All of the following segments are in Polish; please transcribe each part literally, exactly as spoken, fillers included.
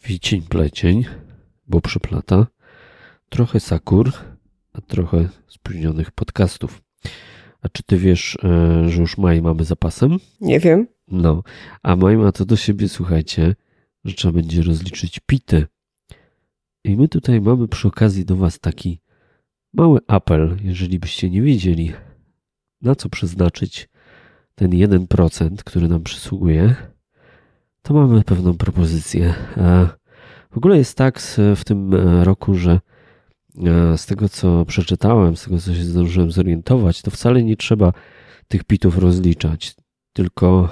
Kwicień plecień, bo przyplata, trochę sakur, a trochę spóźnionych podcastów. A czy ty wiesz, że już maj mamy za pasem? Nie wiem. No, a maj ma to do siebie, słuchajcie, że trzeba będzie rozliczyć pity. I my tutaj mamy przy okazji do was taki mały apel, jeżeli byście nie wiedzieli, na co przeznaczyć ten jeden procent, który nam przysługuje, to mamy pewną propozycję. W ogóle jest tak w tym roku, że z tego, co przeczytałem, z tego, co się zdążyłem zorientować, to wcale nie trzeba tych pitów rozliczać, tylko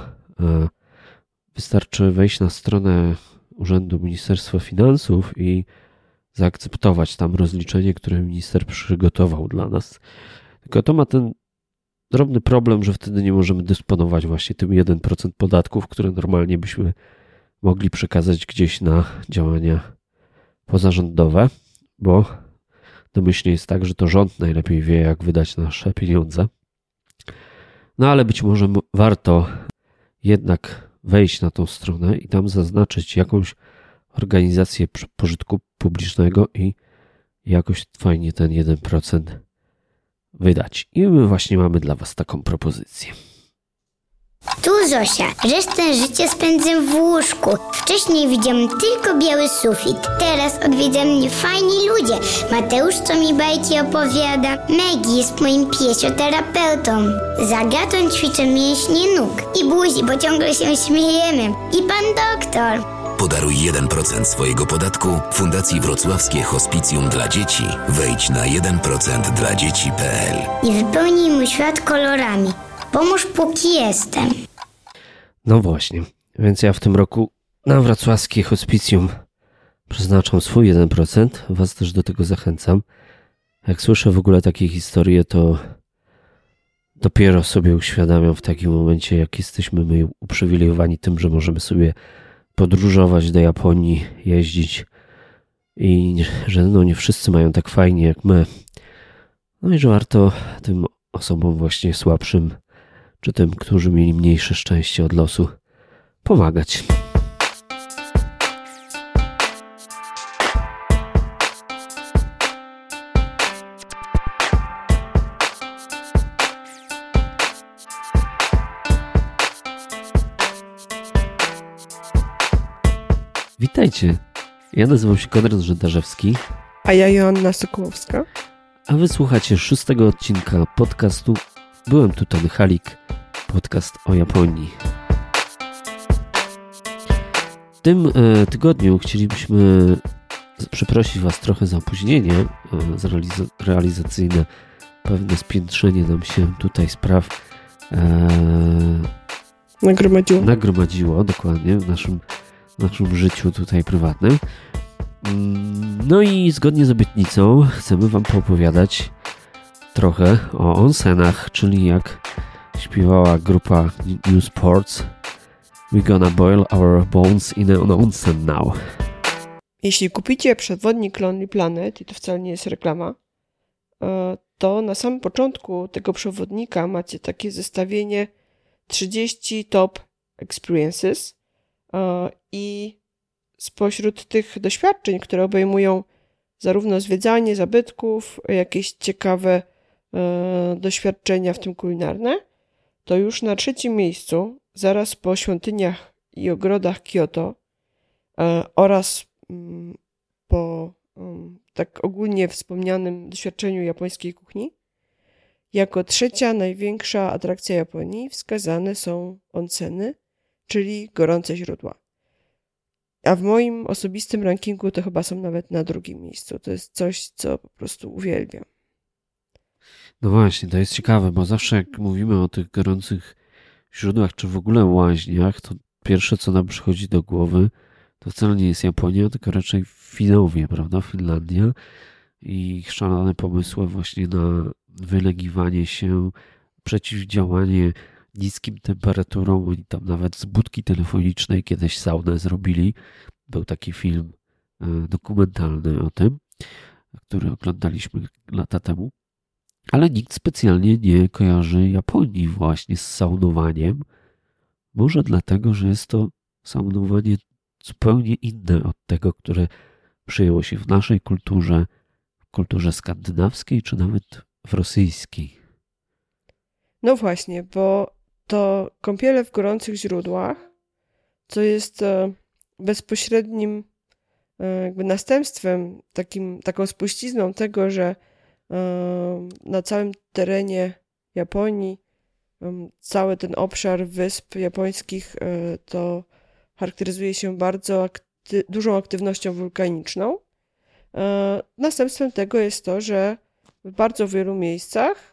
wystarczy wejść na stronę Urzędu Ministerstwa Finansów i zaakceptować tam rozliczenie, które minister przygotował dla nas. Tylko to ma ten drobny problem, że wtedy nie możemy dysponować właśnie tym jeden procent podatków, które normalnie byśmy mogli przekazać gdzieś na działania pozarządowe, bo domyślnie jest tak, że to rząd najlepiej wie, jak wydać nasze pieniądze. No ale być może warto jednak wejść na tą stronę i tam zaznaczyć jakąś organizację pożytku publicznego i jakoś fajnie ten jeden procent wydać. I my właśnie mamy dla was taką propozycję. Tu Zosia. Resztę życia spędzę w łóżku. Wcześniej widziałem tylko biały sufit. Teraz odwiedza mnie fajni ludzie. Mateusz, co mi bajki opowiada. Maggie jest moim piesioterapeutą. Z Agatą ćwiczę mięśnie nóg i buzi, bo ciągle się śmiejemy. I pan doktor. Podaruj jeden procent swojego podatku Fundacji Wrocławskie Hospicjum dla Dzieci. Wejdź na jeden procent dla dzieci kropka p l i wypełnij mój świat kolorami. Pomóż, póki jestem. No właśnie, więc ja w tym roku na Wrocławskie Hospicjum przeznaczam swój jeden procent. Was też do tego zachęcam. Jak słyszę w ogóle takie historie, to dopiero sobie uświadamiam w takim momencie, jak jesteśmy my uprzywilejowani tym, że możemy sobie podróżować do Japonii, jeździć i że no nie wszyscy mają tak fajnie jak my. No i że warto tym osobom właśnie słabszym, czy tym, którzy mieli mniejsze szczęście od losu, pomagać. Witajcie, ja nazywam się Konrad Żydarzewski, a ja Joanna Sokołowska, a wysłuchacie szóstego odcinka podcastu Byłem tu Tony Halik, podcast o Japonii. W tym e, tygodniu chcielibyśmy przeprosić was trochę za opóźnienie e, realiz- realizacyjne. Pewne spiętrzenie nam się tutaj spraw e, nagromadziło. nagromadziło, dokładnie, w naszym, w naszym życiu tutaj prywatnym. No i zgodnie z obietnicą chcemy wam poopowiadać trochę o onsenach, czyli jak śpiewała grupa New Sports, "We gonna boil our bones in an onsen now". Jeśli kupicie przewodnik Lonely Planet, i to wcale nie jest reklama, to na samym początku tego przewodnika macie takie zestawienie trzydzieści top experiences i spośród tych doświadczeń, które obejmują zarówno zwiedzanie zabytków, jakieś ciekawe e, doświadczenia, w tym kulinarne, to już na trzecim miejscu, zaraz po świątyniach i ogrodach Kyoto e, oraz m, po m, tak ogólnie wspomnianym doświadczeniu japońskiej kuchni, jako trzecia największa atrakcja Japonii wskazane są onseny, czyli gorące źródła. A w moim osobistym rankingu to chyba są nawet na drugim miejscu. To jest coś, co po prostu uwielbiam. No właśnie, to jest ciekawe, bo zawsze jak mówimy o tych gorących źródłach, czy w ogóle łaźniach, to pierwsze, co nam przychodzi do głowy, to wcale nie jest Japonia, tylko raczej Finowie, prawda? Finlandia i ich szalone pomysły właśnie na wylegiwanie się, przeciwdziałanie niskim temperaturom. Oni tam nawet z budki telefonicznej kiedyś saunę zrobili. Był taki film dokumentalny o tym, który oglądaliśmy lata temu. Ale nikt specjalnie nie kojarzy Japonii właśnie z saunowaniem. Może dlatego, że jest to saunowanie zupełnie inne od tego, które przyjęło się w naszej kulturze, w kulturze skandynawskiej, czy nawet w rosyjskiej. No właśnie, bo to kąpiele w gorących źródłach, co jest bezpośrednim jakby następstwem, takim, taką spuścizną tego, że na całym terenie Japonii cały ten obszar wysp japońskich to charakteryzuje się bardzo akty- dużą aktywnością wulkaniczną. Następstwem tego jest to, że w bardzo wielu miejscach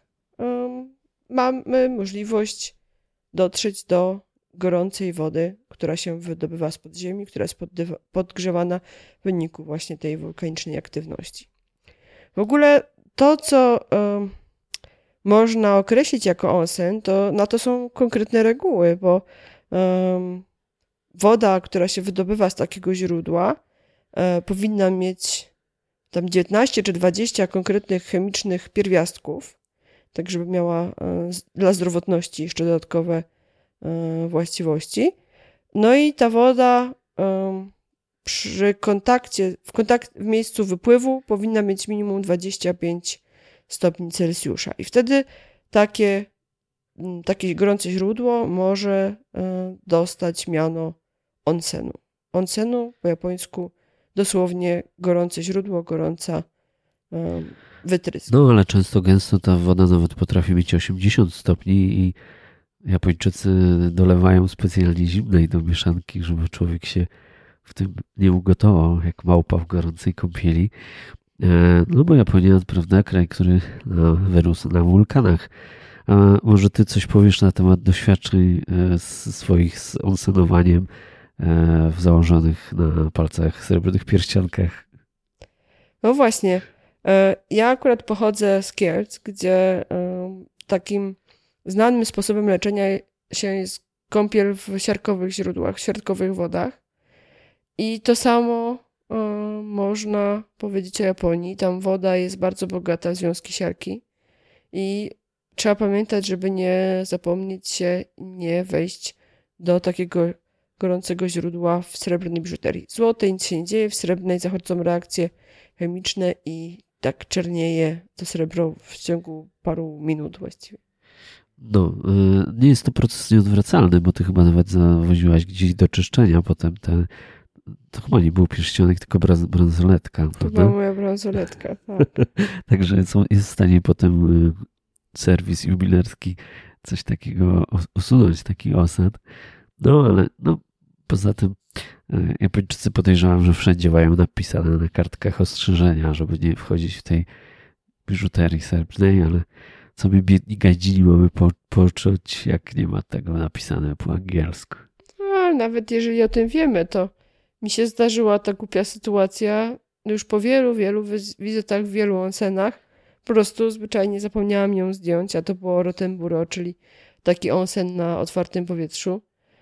mamy możliwość dotrzeć do gorącej wody, która się wydobywa z podziemi, która jest poddywa- podgrzewana w wyniku właśnie tej wulkanicznej aktywności. W ogóle to, co y, można określić jako onsen, to na to są konkretne reguły, bo y, woda, która się wydobywa z takiego źródła, y, powinna mieć tam dziewiętnaście czy dwadzieścia konkretnych chemicznych pierwiastków, tak żeby miała y, dla zdrowotności jeszcze dodatkowe y, właściwości. No i ta woda y, przy kontakcie, w, kontakt, w miejscu wypływu powinna mieć minimum dwadzieścia pięć stopni Celsjusza. I wtedy takie, takie gorące źródło może y, dostać miano onsenu. Onsenu po japońsku dosłownie gorące źródło, gorąca y, wytrysk. No ale często, gęsto ta woda nawet potrafi mieć osiemdziesiąt stopni i Japończycy dolewają specjalnie zimnej do mieszanki, żeby człowiek się w tym nie ugotował, jak małpa w gorącej kąpieli. No bo Japonia, prawda, kraj, który no, wyrósł na wulkanach. A może ty coś powiesz na temat doświadczeń swoich z onsenowaniem w założonych na palcach srebrnych pierścionkach? No właśnie. Ja akurat pochodzę z Kielc, gdzie takim znanym sposobem leczenia się jest kąpiel w siarkowych źródłach, w siarkowych wodach. I to samo y, można powiedzieć o Japonii. Tam woda jest bardzo bogata w związki siarki i trzeba pamiętać, żeby nie zapomnieć się, nie wejść do takiego gorącego źródła w srebrnej biżuterii. Złotej nic się nie dzieje, w srebrnej zachodzą reakcje chemiczne i tak czernieje to srebro w ciągu paru minut właściwie. No, nie jest to proces nieodwracalny, bo ty chyba nawet zawoziłaś gdzieś do czyszczenia potem te, to chyba nie był pierścionek, tylko bransoletka. To była moja bransoletka, tak. Także jest w stanie potem serwis jubilerski coś takiego usunąć, taki osad. No, ale no, poza tym Japończycy podejrzewam, że wszędzie mają napisane na kartkach ostrzeżenia, żeby nie wchodzić w tej biżuterii srebrnej, ale co my biedni gadzini mamy po, poczuć, jak nie ma tego napisane po angielsku. No, nawet jeżeli o tym wiemy, to mi się zdarzyła ta głupia sytuacja już po wielu, wielu wizytach w wielu onsenach. Po prostu zwyczajnie zapomniałam ją zdjąć, a to było Rotenburo, czyli taki onsen na otwartym powietrzu.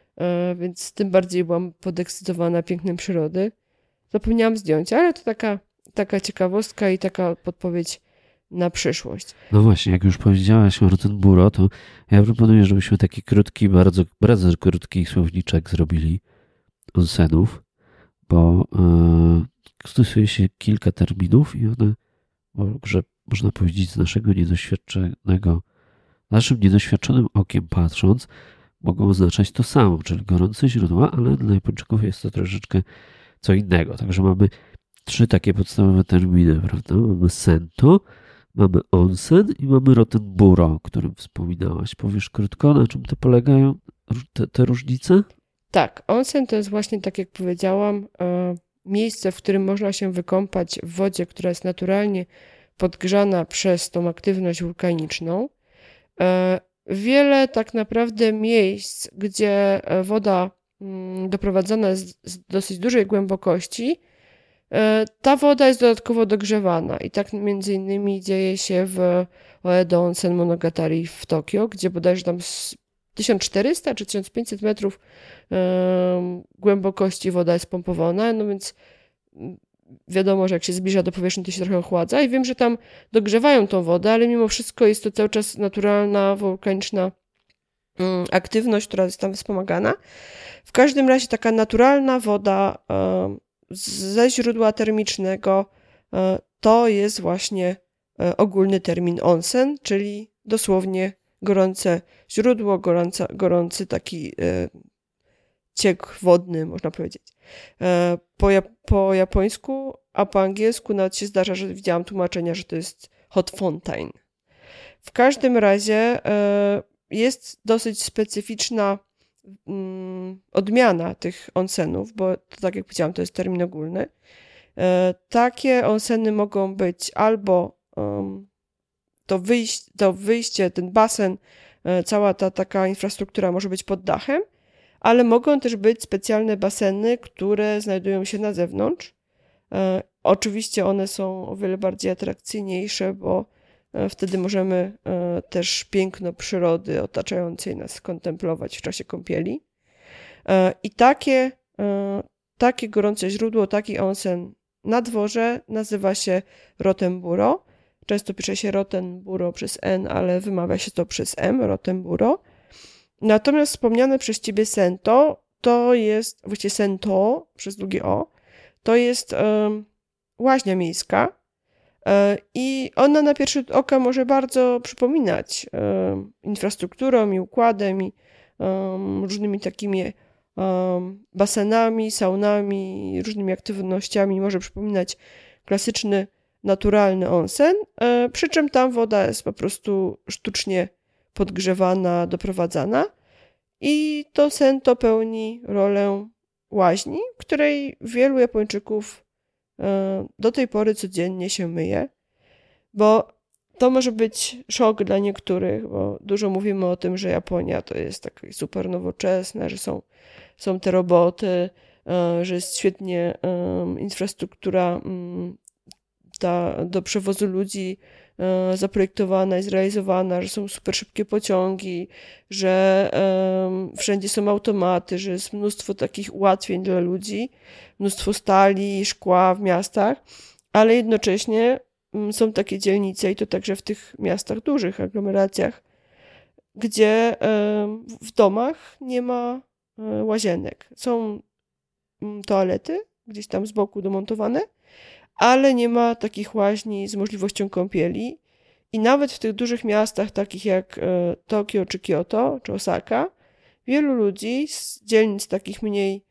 Więc tym bardziej byłam podekscytowana pięknem przyrody. Zapomniałam zdjąć, ale to taka, taka ciekawostka i taka podpowiedź na przyszłość. No właśnie, jak już powiedziałaś o Rotenburo, to ja proponuję, żebyśmy taki krótki, bardzo, bardzo krótki słowniczek zrobili onsenów, bo yy, stosuje się kilka terminów i one, że można powiedzieć z naszego niedoświadczonego, naszym niedoświadczonym okiem patrząc, mogą oznaczać to samo, czyli gorące źródła, ale dla Japończyków jest to troszeczkę co innego. Także mamy trzy takie podstawowe terminy, prawda? Mamy sento, mamy onsen i mamy Rotenburo, o którym wspominałaś. Powiesz krótko, na czym to polegają te, te różnice? Tak, onsen to jest właśnie, tak jak powiedziałam, miejsce, w którym można się wykąpać w wodzie, która jest naturalnie podgrzana przez tą aktywność wulkaniczną. Wiele tak naprawdę miejsc, gdzie woda doprowadzana jest z dosyć dużej głębokości, ta woda jest dodatkowo dogrzewana i tak między innymi dzieje się w Oedo Onsen Monogatari w Tokio, gdzie bodajże tam z tysiąc czterysta czy tysiąc pięćset metrów głębokości woda jest pompowana, no więc wiadomo, że jak się zbliża do powierzchni, to się trochę ochładza i wiem, że tam dogrzewają tą wodę, ale mimo wszystko jest to cały czas naturalna, wulkaniczna aktywność, która jest tam wspomagana. W każdym razie taka naturalna woda ze źródła termicznego to jest właśnie ogólny termin onsen, czyli dosłownie gorące źródło, gorąca, gorący taki ciek wodny, można powiedzieć. Po, po japońsku, a po angielsku nawet się zdarza, że widziałam tłumaczenia, że to jest hot fountain. W każdym razie jest dosyć specyficzna odmiana tych onsenów, bo to, tak jak powiedziałam, to jest termin ogólny. Takie onseny mogą być albo to wyjście, to wyjście, ten basen, cała ta taka infrastruktura może być pod dachem, ale mogą też być specjalne baseny, które znajdują się na zewnątrz. E, oczywiście one są o wiele bardziej atrakcyjniejsze, bo e, wtedy możemy e, też piękno przyrody otaczającej nas kontemplować w czasie kąpieli. E, I takie, e, takie gorące źródło, taki onsen na dworze nazywa się Rottenburo. Często pisze się Rottenburo przez N, ale wymawia się to przez M, Rottenburo. Natomiast wspomniane przez ciebie Sento to jest, właściwie Sento przez długie O, to jest um, łaźnia miejska um, i ona na pierwszy oka może bardzo przypominać um, infrastrukturą i układem i um, różnymi takimi um, basenami, saunami, różnymi aktywnościami. Może przypominać klasyczny, naturalny onsen, um, przy czym tam woda jest po prostu sztucznie podgrzewana, doprowadzana i to Sento pełni rolę łaźni, w której wielu Japończyków do tej pory codziennie się myje, bo to może być szok dla niektórych, bo dużo mówimy o tym, że Japonia to jest taka super nowoczesna, że są, są te roboty, że jest świetnie infrastruktura ta, do przewozu ludzi zaprojektowana i zrealizowana, że są super szybkie pociągi, że um, wszędzie są automaty, że jest mnóstwo takich ułatwień dla ludzi, mnóstwo stali, szkła w miastach, ale jednocześnie um, są takie dzielnice i to także w tych miastach dużych, aglomeracjach, gdzie um, w domach nie ma um, łazienek. Są um, toalety gdzieś tam z boku domontowane, ale nie ma takich łaźni z możliwością kąpieli i nawet w tych dużych miastach takich jak Tokio czy Kyoto czy Osaka wielu ludzi z dzielnic takich mniej,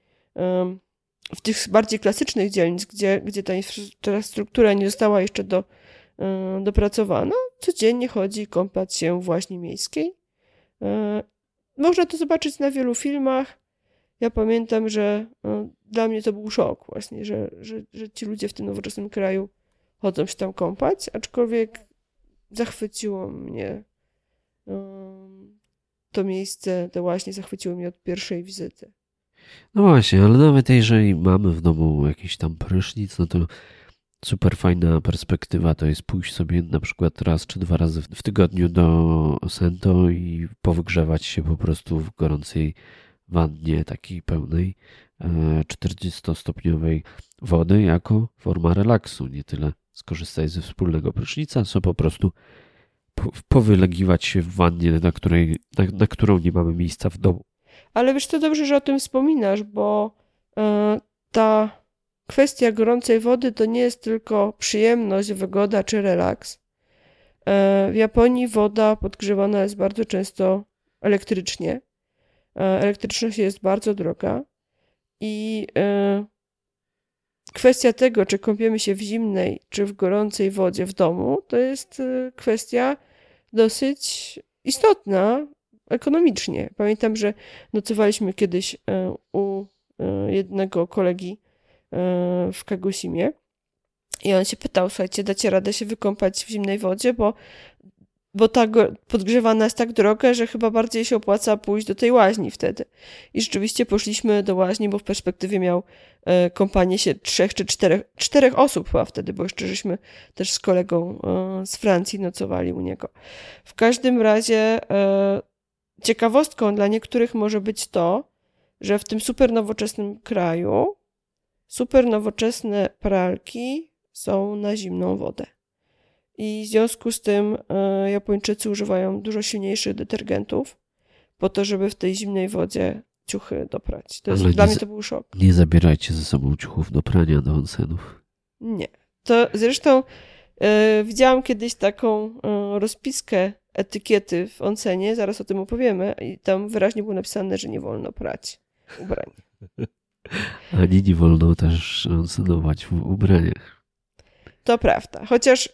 w tych bardziej klasycznych dzielnic, gdzie, gdzie ta infrastruktura nie została jeszcze do, dopracowana, codziennie chodzi kąpać się w łaźni miejskiej. Można to zobaczyć na wielu filmach. Ja pamiętam, że no, dla mnie to był szok właśnie, że, że, że ci ludzie w tym nowoczesnym kraju chodzą się tam kąpać, aczkolwiek zachwyciło mnie um, to miejsce, to właśnie zachwyciło mnie od pierwszej wizyty. No właśnie, ale nawet jeżeli mamy w domu jakiś tam prysznic, no to super fajna perspektywa to jest pójść sobie na przykład raz czy dwa razy w tygodniu do Sento i powygrzewać się po prostu w gorącej wannie takiej pełnej czterdziestostopniowej wody jako forma relaksu. Nie tyle skorzystać ze wspólnego prysznica, co po prostu powylegiwać się w wannie, na, której, na, na którą nie mamy miejsca w domu. Ale wiesz, to dobrze, że o tym wspominasz, bo e, ta kwestia gorącej wody to nie jest tylko przyjemność, wygoda czy relaks. E, w Japonii woda podgrzewana jest bardzo często elektrycznie. Elektryczność jest bardzo droga i e, kwestia tego, czy kąpiemy się w zimnej, czy w gorącej wodzie w domu, to jest e, kwestia dosyć istotna ekonomicznie. Pamiętam, że nocowaliśmy kiedyś e, u e, jednego kolegi e, w Kagoshimie i on się pytał, słuchajcie, dacie radę się wykąpać w zimnej wodzie, bo bo ta podgrzewana jest tak droga, że chyba bardziej się opłaca pójść do tej łaźni wtedy. I rzeczywiście poszliśmy do łaźni, bo w perspektywie miał e, kąpanie się trzech czy czterech, czterech osób chyba wtedy, bo jeszcze żeśmy też z kolegą e, z Francji nocowali u niego. W każdym razie e, ciekawostką dla niektórych może być to, że w tym super nowoczesnym kraju super nowoczesne pralki są na zimną wodę. I w związku z tym Japończycy używają dużo silniejszych detergentów, po to, żeby w tej zimnej wodzie ciuchy doprać. To jest, Ale dla nie mnie z- to był szok. Nie zabierajcie ze sobą ciuchów do prania do onsenów. Nie. To zresztą e, widziałam kiedyś taką e, rozpiskę etykiety w onsenie, zaraz o tym opowiemy, i tam wyraźnie było napisane, że nie wolno prać ubrań. Ani nie wolno też onsenować w ubraniach. To prawda. Chociaż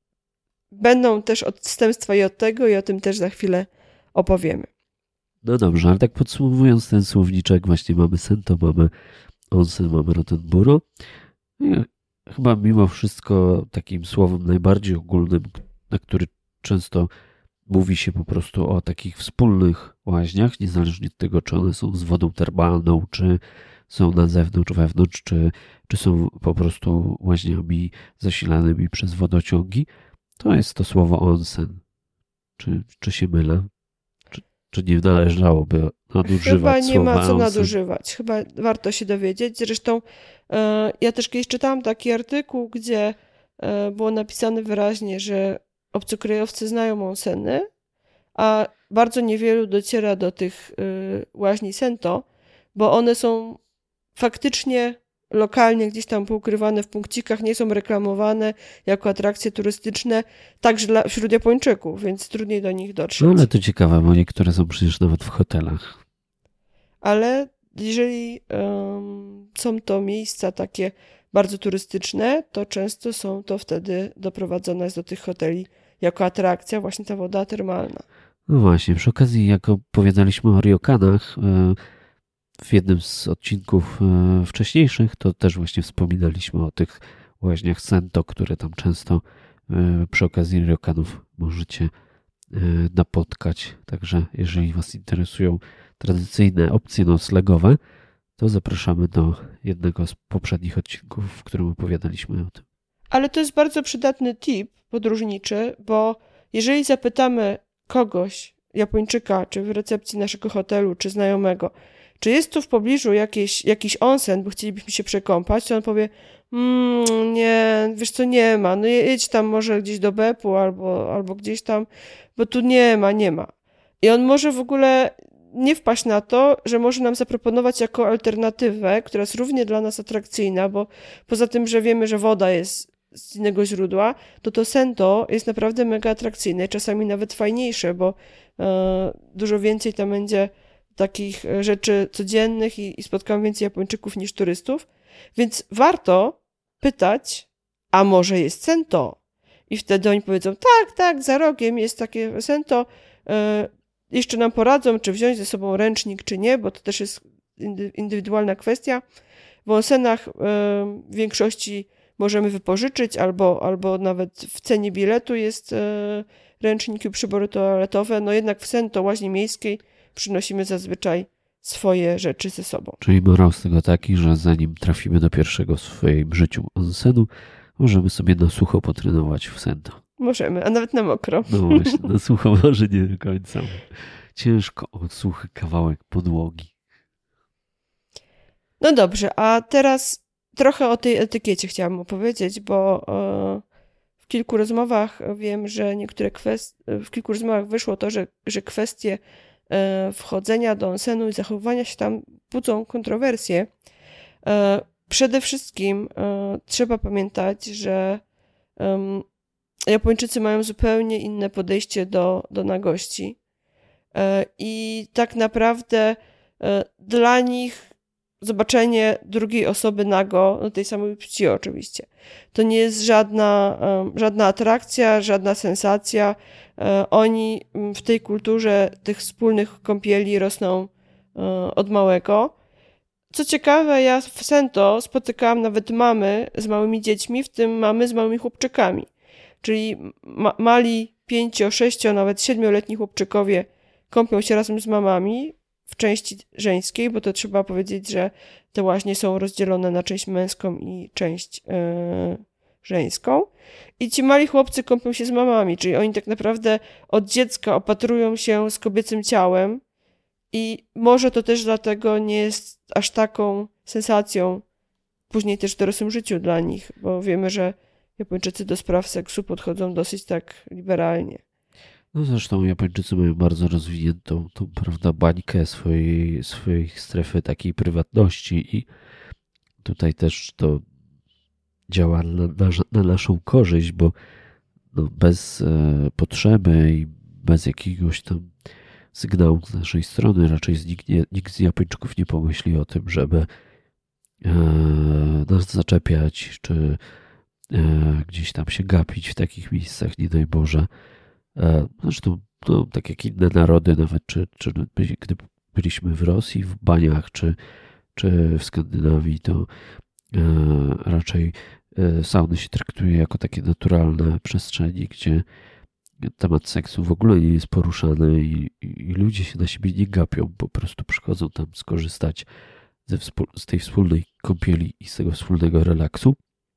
będą też odstępstwa i od tego, i o tym też za chwilę opowiemy. No dobrze, ale tak podsumowując ten słowniczek, właśnie mamy sento, mamy onsen, mamy rotenburo. I chyba mimo wszystko takim słowem najbardziej ogólnym, na który często mówi się po prostu o takich wspólnych łaźniach, niezależnie od tego, czy one są z wodą termalną, czy są na zewnątrz, wewnątrz, czy, czy są po prostu łaźniami zasilanymi przez wodociągi, to jest to słowo onsen. Czy, czy się mylę? Czy, czy nie należałoby nadużywać Chyba nie ma słowa co onsen? nadużywać. Chyba warto się dowiedzieć. Zresztą e, ja też kiedyś czytałam taki artykuł, gdzie e, było napisane wyraźnie, że obcokrajowcy znają onseny, a bardzo niewielu dociera do tych y, łaźni sento, bo one są faktycznie lokalnie gdzieś tam poukrywane w punkcikach, nie są reklamowane jako atrakcje turystyczne, także dla, wśród Japończyków, więc trudniej do nich dotrzeć. No ale to ciekawe, bo niektóre są przecież nawet w hotelach. Ale jeżeli um, są to miejsca takie bardzo turystyczne, to często są to wtedy doprowadzone do tych hoteli jako atrakcja właśnie ta woda termalna. No właśnie, przy okazji, jak opowiadaliśmy o ryokanach e, w jednym z odcinków e, wcześniejszych, to też właśnie wspominaliśmy o tych łaźniach sento, które tam często e, przy okazji ryokanów możecie e, napotkać. Także jeżeli Was interesują tradycyjne opcje noclegowe, to zapraszamy do jednego z poprzednich odcinków, w którym opowiadaliśmy o tym. Ale to jest bardzo przydatny tip podróżniczy, bo jeżeli zapytamy kogoś, Japończyka, czy w recepcji naszego hotelu, czy znajomego, czy jest tu w pobliżu jakieś, jakiś onsen, bo chcielibyśmy się przekąpać, to on powie, mmm, nie, wiesz co, nie ma, no jedź tam może gdzieś do Beppu albo, albo gdzieś tam, bo tu nie ma, nie ma. I on może w ogóle nie wpaść na to, że może nam zaproponować jako alternatywę, która jest równie dla nas atrakcyjna, bo poza tym, że wiemy, że woda jest z innego źródła, to to sento jest naprawdę mega atrakcyjne, czasami nawet fajniejsze, bo e, dużo więcej tam będzie takich rzeczy codziennych i, i spotkam więcej Japończyków niż turystów, więc warto pytać, a może jest sento? I wtedy oni powiedzą, tak, tak, za rogiem jest takie sento, e, jeszcze nam poradzą, czy wziąć ze sobą ręcznik, czy nie, bo to też jest indywidualna kwestia. W onsenach e, w większości możemy wypożyczyć, albo, albo nawet w cenie biletu jest e, ręcznik i przybory toaletowe. No jednak w sento łaźni miejskiej przynosimy zazwyczaj swoje rzeczy ze sobą. Czyli morał z tego taki, że zanim trafimy do pierwszego w swoim życiu onsenu, możemy sobie na sucho potrenować w sento. Możemy, a nawet na mokro. No właśnie, na sucho może nie do końca. Ciężko o suchy kawałek podłogi. No dobrze, a teraz trochę o tej etykiecie chciałam opowiedzieć, bo w kilku rozmowach wiem, że niektóre kwestie, w kilku rozmowach wyszło to, że, że kwestie wchodzenia do onsenu i zachowywania się tam budzą kontrowersje. Przede wszystkim trzeba pamiętać, że Japończycy mają zupełnie inne podejście do, do nagości i tak naprawdę dla nich zobaczenie drugiej osoby nago, no tej samej płci oczywiście, to nie jest żadna, żadna atrakcja, żadna sensacja. Oni w tej kulturze tych wspólnych kąpieli rosną od małego. Co ciekawe, ja w sento spotykałam nawet mamy z małymi dziećmi, w tym mamy z małymi chłopczykami. Czyli ma- mali pięcio, sześcio, nawet siedmioletni chłopczykowie kąpią się razem z mamami w części żeńskiej, bo to trzeba powiedzieć, że te łaźnie są rozdzielone na część męską i część yy, żeńską. I ci mali chłopcy kąpią się z mamami, czyli oni tak naprawdę od dziecka opatrują się z kobiecym ciałem i może to też dlatego nie jest aż taką sensacją później też w dorosłym życiu dla nich, bo wiemy, że Japończycy do spraw seksu podchodzą dosyć tak liberalnie. No zresztą Japończycy mają bardzo rozwiniętą tą, prawda, bańkę swojej, swojej strefy takiej prywatności i tutaj też to działa na, na, na naszą korzyść, bo no, bez e, potrzeby i bez jakiegoś tam sygnału z naszej strony raczej nikt, nie, nikt z Japończyków nie pomyśli o tym, żeby e, nas zaczepiać, czy e, gdzieś tam się gapić w takich miejscach, nie daj Boże. E, zresztą, no, tak jak inne narody, nawet czy, czy gdy byliśmy w Rosji, w baniach, czy, czy w Skandynawii, to e, raczej e, sauny się traktuje jako takie naturalne przestrzenie, gdzie temat seksu w ogóle nie jest poruszany i, i ludzie się na siebie nie gapią, po prostu przychodzą tam skorzystać ze wspól- z tej wspólnej kąpieli i z tego wspólnego relaksu.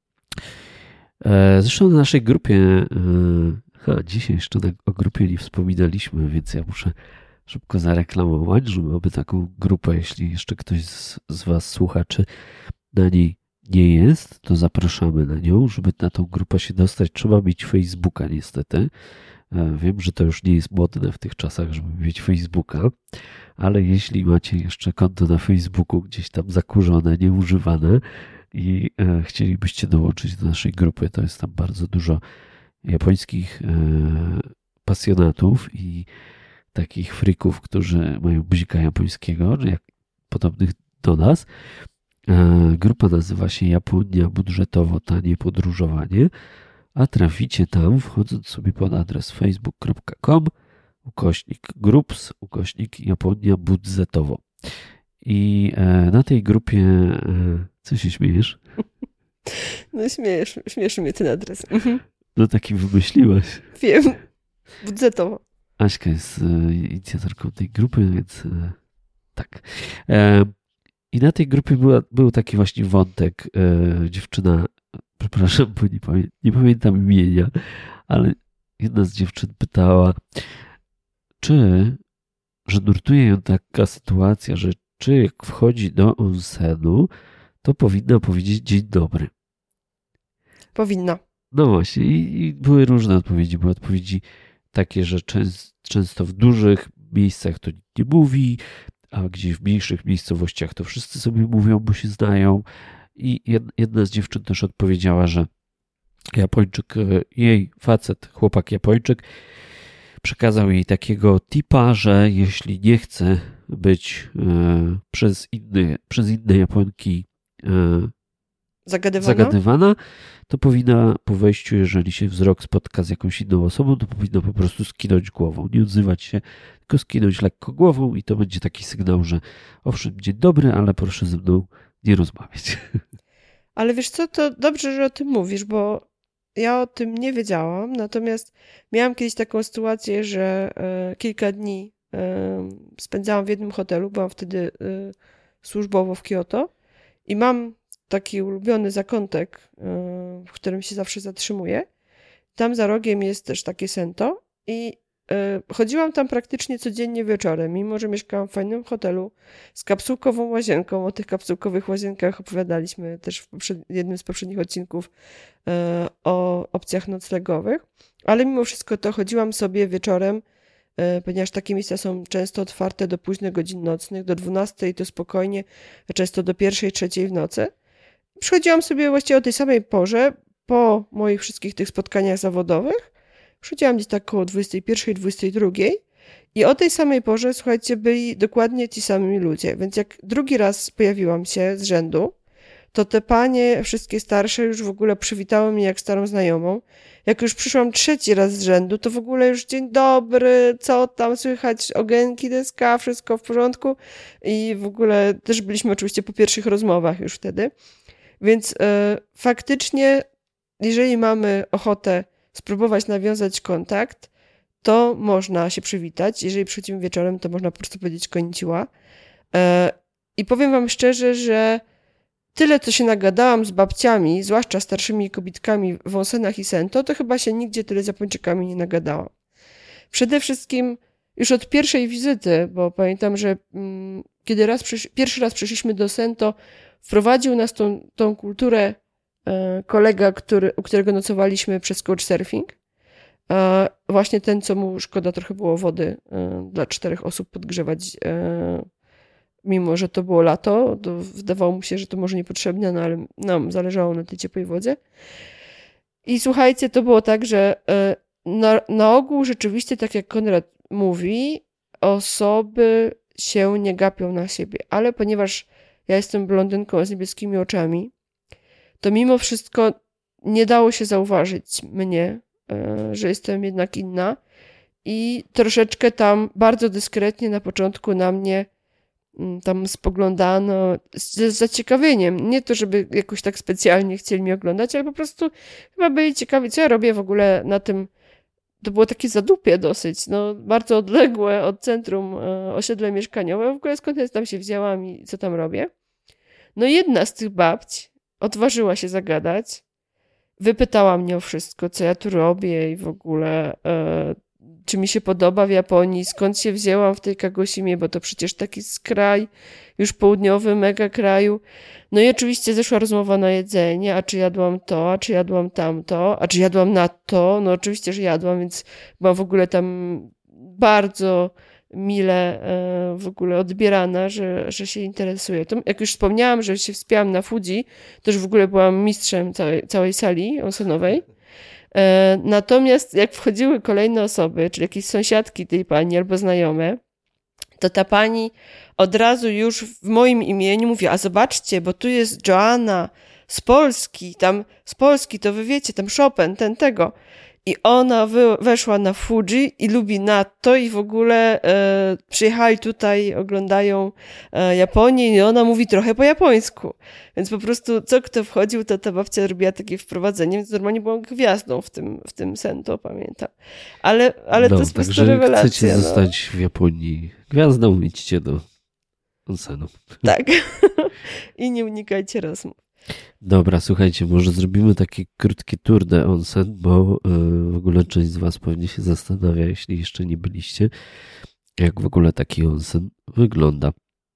E, zresztą na naszej grupie, e, ha, dzisiaj jeszcze na, o grupie nie wspominaliśmy, więc ja muszę szybko zareklamować, że mamy taką grupę, jeśli jeszcze ktoś z, z Was słuchaczy na niej nie jest, to zapraszamy na nią. Żeby na tą grupę się dostać, trzeba mieć Facebooka niestety. Wiem, że to już nie jest modne w tych czasach, żeby mieć Facebooka, ale jeśli macie jeszcze konto na Facebooku gdzieś tam zakurzone, nieużywane i e, chcielibyście dołączyć do naszej grupy, to jest tam bardzo dużo japońskich e, pasjonatów i takich frików, którzy mają bzika japońskiego, jak podobnych do nas. E, grupa nazywa się Japonia Budżetowo Tanie Podróżowanie, a traficie tam, wchodząc sobie pod adres facebook kropka com, ukośnik groups, ukośnik Japonia Budżetowo. I e, na tej grupie, e, co się śmiejesz? No śmiejesz, śmieszy mnie ten adres. No taki wymyśliłaś. Wiem, budżetowo. Aśka jest e, inicjatorką tej grupy, więc e, tak. E, I na tej grupie była, był taki właśnie wątek, e, dziewczyna, przepraszam, bo nie, pamię, nie pamiętam imienia, ale jedna z dziewczyn pytała, czy, że nurtuje ją taka sytuacja, że czy jak wchodzi do onsenu, to powinna powiedzieć dzień dobry. Powinna. No właśnie, i, i były różne odpowiedzi. Były odpowiedzi takie, że częst, często w dużych miejscach to nikt nie mówi, a gdzieś w mniejszych miejscowościach to wszyscy sobie mówią, bo się znają. I jedna z dziewczyn też odpowiedziała, że Japończyk, jej facet, chłopak Japończyk, przekazał jej takiego tipa, że jeśli nie chce być e, przez, inny, przez inne Japonki e, Zagadywana? zagadywana, to powinna po wejściu, jeżeli się wzrok spotka z jakąś inną osobą, to powinna po prostu skinąć głową. Nie odzywać się, tylko skinąć lekko głową i to będzie taki sygnał, że owszem, dzień dobry, ale proszę ze mną nie rozmawiać. Ale wiesz co, to dobrze, że o tym mówisz, bo ja o tym nie wiedziałam, natomiast miałam kiedyś taką sytuację, że e, kilka dni e, spędzałam w jednym hotelu, byłam wtedy e, służbowo w Kyoto i mam taki ulubiony zakątek, e, w którym się zawsze zatrzymuję. Tam za rogiem jest też takie sento i chodziłam tam praktycznie codziennie wieczorem, mimo że mieszkałam w fajnym hotelu z kapsułkową łazienką. O tych kapsułkowych łazienkach opowiadaliśmy też w jednym z poprzednich odcinków o opcjach noclegowych, ale mimo wszystko to chodziłam sobie wieczorem, ponieważ takie miejsca są często otwarte do późnych godzin nocnych, do dwunastej to spokojnie, często do pierwszej, trzeciej w nocy. Przychodziłam sobie właściwie o tej samej porze, po moich wszystkich tych spotkaniach zawodowych. Przychodziłam gdzieś tak około dwudziestej pierwszej, dwudziestej drugiej i o tej samej porze, słuchajcie, byli dokładnie ci sami ludzie. Więc jak drugi raz pojawiłam się z rzędu, to te panie, wszystkie starsze, już w ogóle przywitały mnie jak starą znajomą. Jak już przyszłam trzeci raz z rzędu, to w ogóle już dzień dobry, co tam słychać, ogienki, deska, wszystko w porządku. I w ogóle też byliśmy oczywiście po pierwszych rozmowach już wtedy. Więc yy, faktycznie, jeżeli mamy ochotę spróbować nawiązać kontakt, to można się przywitać. Jeżeli przychodzimy wieczorem, to można po prostu powiedzieć konnichiwa. I powiem wam szczerze, że tyle, co się nagadałam z babciami, zwłaszcza starszymi kobitkami w onsenach i sento, to chyba się nigdzie tyle z Japończykami nie nagadałam. Przede wszystkim już od pierwszej wizyty, bo pamiętam, że mm, kiedy raz przysz- pierwszy raz przyszliśmy do sento, wprowadził nas tą, tą kulturę kolega, który, u którego nocowaliśmy przez couchsurfing. Właśnie ten, co mu szkoda trochę było wody dla czterech osób podgrzewać, mimo że to było lato. To wydawało mu się, że to może niepotrzebne, no ale nam zależało na tej ciepłej wodzie. I słuchajcie, to było tak, że na, na ogół rzeczywiście, tak jak Konrad mówi, osoby się nie gapią na siebie, ale ponieważ ja jestem blondynką z niebieskimi oczami, to mimo wszystko nie dało się zauważyć mnie, że jestem jednak inna i troszeczkę tam bardzo dyskretnie na początku na mnie tam spoglądano z zaciekawieniem. Nie to, żeby jakoś tak specjalnie chcieli mnie oglądać, ale po prostu chyba byli ciekawi, co ja robię w ogóle na tym. To było takie zadupie dosyć, no bardzo odległe od centrum osiedle mieszkaniowe. W ogóle skąd ja tam się wzięłam i co tam robię. No jedna z tych babć odważyła się zagadać. Wypytała mnie o wszystko, co ja tu robię i w ogóle e, czy mi się podoba w Japonii, skąd się wzięłam w tej Kagosimie, bo to przecież taki kraj już południowy, mega kraju. No i oczywiście zeszła rozmowa na jedzenie, a czy jadłam to, a czy jadłam tamto, a czy jadłam na to. No oczywiście, że jadłam, więc byłam w ogóle tam bardzo mile w ogóle odbierana, że, że się interesuje. To, jak już wspomniałam, że się wspięłam na Fuji, to już w ogóle byłam mistrzem całej, całej sali onsonowej. Natomiast jak wchodziły kolejne osoby, czyli jakieś sąsiadki tej pani albo znajome, to ta pani od razu już w moim imieniu mówi, a zobaczcie, bo tu jest Joanna z Polski, tam z Polski, to wy wiecie, tam Chopin, ten tego. I ona wy, weszła na Fuji i lubi natto i w ogóle e, przyjechali tutaj, oglądają e, Japonię i ona mówi trochę po japońsku. Więc po prostu co kto wchodził, to ta babcia robiła takie wprowadzenie, więc normalnie byłam gwiazdą w tym, w tym Sento, pamiętam. Ale, ale no, to jest po prostu także rewelacja. Chcecie no. zostać w Japonii gwiazdą, idźcie do onsenu. Tak. I nie unikajcie rozmów. Dobra, słuchajcie, może zrobimy taki krótki tour de onsen, bo w ogóle część z was pewnie się zastanawia, jeśli jeszcze nie byliście, jak w ogóle taki onsen wygląda.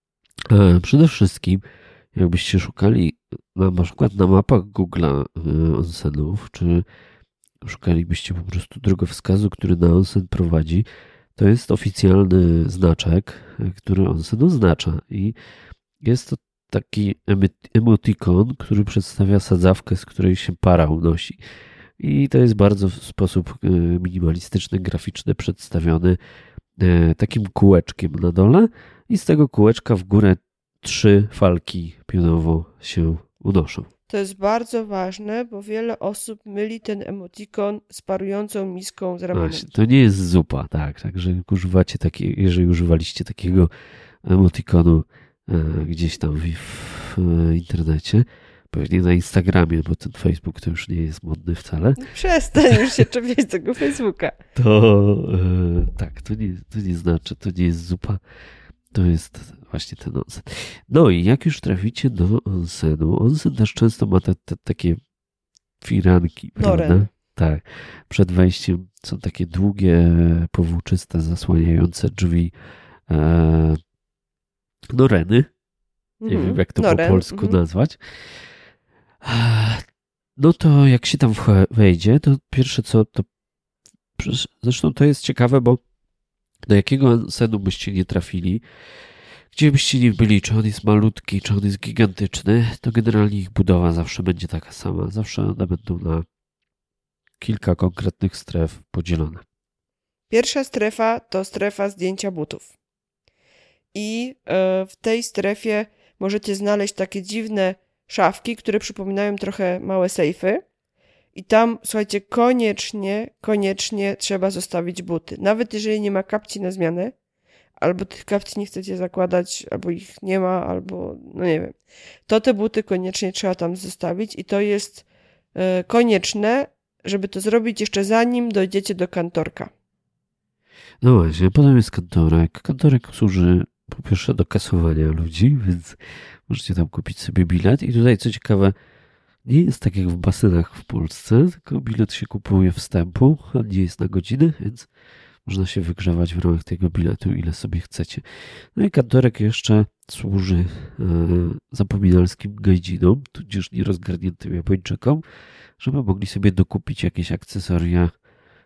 Przede wszystkim, jakbyście szukali na przykład na mapach Google'a onsenów, czy szukalibyście po prostu drogowskazu, który na onsen prowadzi, to jest oficjalny znaczek, który onsen oznacza i jest to taki emotikon, który przedstawia sadzawkę, z której się para unosi. I to jest bardzo w sposób minimalistyczny, graficzny, przedstawiony takim kółeczkiem na dole i z tego kółeczka w górę trzy falki pionowo się unoszą. To jest bardzo ważne, bo wiele osób myli ten emotikon z parującą miską z ramenem. Właśnie, to nie jest zupa, tak. Także jak używacie takie, jeżeli używaliście takiego emotikonu gdzieś tam w, w internecie, pewnie na Instagramie, bo ten Facebook to już nie jest modny wcale. Przestań już się czepiać tego Facebooka. To e, tak, to nie, to nie znaczy, to nie jest zupa, to jest właśnie ten onsen. No i jak już traficie do onsenu, onsen też często ma te, te takie firanki, Noren. prawda? Tak. Przed wejściem są takie długie, powłóczyste, zasłaniające drzwi e, noreny. Nie mm-hmm. wiem, jak to Noren. po polsku mm-hmm. nazwać. No to jak się tam wejdzie, to pierwsze co, to zresztą to jest ciekawe, bo do jakiego onsenu byście nie trafili, gdzie byście nie byli, czy on jest malutki, czy on jest gigantyczny, to generalnie ich budowa zawsze będzie taka sama. Zawsze one będą na kilka konkretnych stref podzielone. Pierwsza strefa to strefa zdjęcia butów. I w tej strefie możecie znaleźć takie dziwne szafki, które przypominają trochę małe sejfy. I tam, słuchajcie, koniecznie, koniecznie trzeba zostawić buty. Nawet jeżeli nie ma kapci na zmianę, albo tych kapci nie chcecie zakładać, albo ich nie ma, albo no nie wiem, to te buty koniecznie trzeba tam zostawić i to jest y, konieczne, żeby to zrobić jeszcze zanim dojdziecie do kantorka. No właśnie, potem jest kantorek. Kantorek służy po pierwsze do kasowania ludzi, więc możecie tam kupić sobie bilet i tutaj co ciekawe, nie jest tak jak w basenach w Polsce, tylko bilet się kupuje wstępu, a nie jest na godzinę, więc można się wygrzewać w ramach tego biletu, ile sobie chcecie. No i kantorek jeszcze służy e, zapominalskim gajdzinom, tudzież nierozgarniętym Japończykom, żeby mogli sobie dokupić jakieś akcesoria,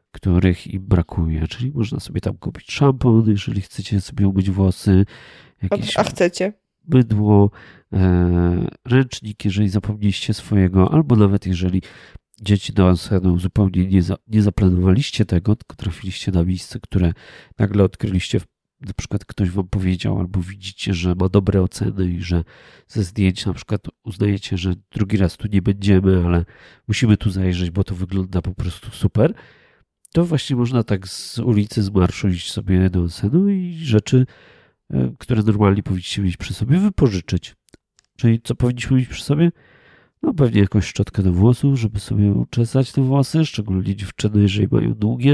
których im brakuje. Czyli można sobie tam kupić szampon, jeżeli chcecie sobie umyć włosy, jakieś A, a chcecie? mydło, e, ręcznik, jeżeli zapomnieliście swojego, albo nawet jeżeli dzieci do onsenu zupełnie nie, za, nie zaplanowaliście tego, tylko trafiliście na miejsce, które nagle odkryliście, na przykład ktoś wam powiedział, albo widzicie, że ma dobre oceny i że ze zdjęć na przykład uznajecie, że drugi raz tu nie będziemy, ale musimy tu zajrzeć, bo to wygląda po prostu super, to właśnie można tak z ulicy, z marszu iść sobie do onsenu i rzeczy, które normalnie powinniście mieć przy sobie, wypożyczyć. Czyli co powinniśmy mieć przy sobie? No pewnie jakąś szczotkę do włosów, żeby sobie uczesać te włosy, szczególnie dziewczyny, jeżeli mają długie.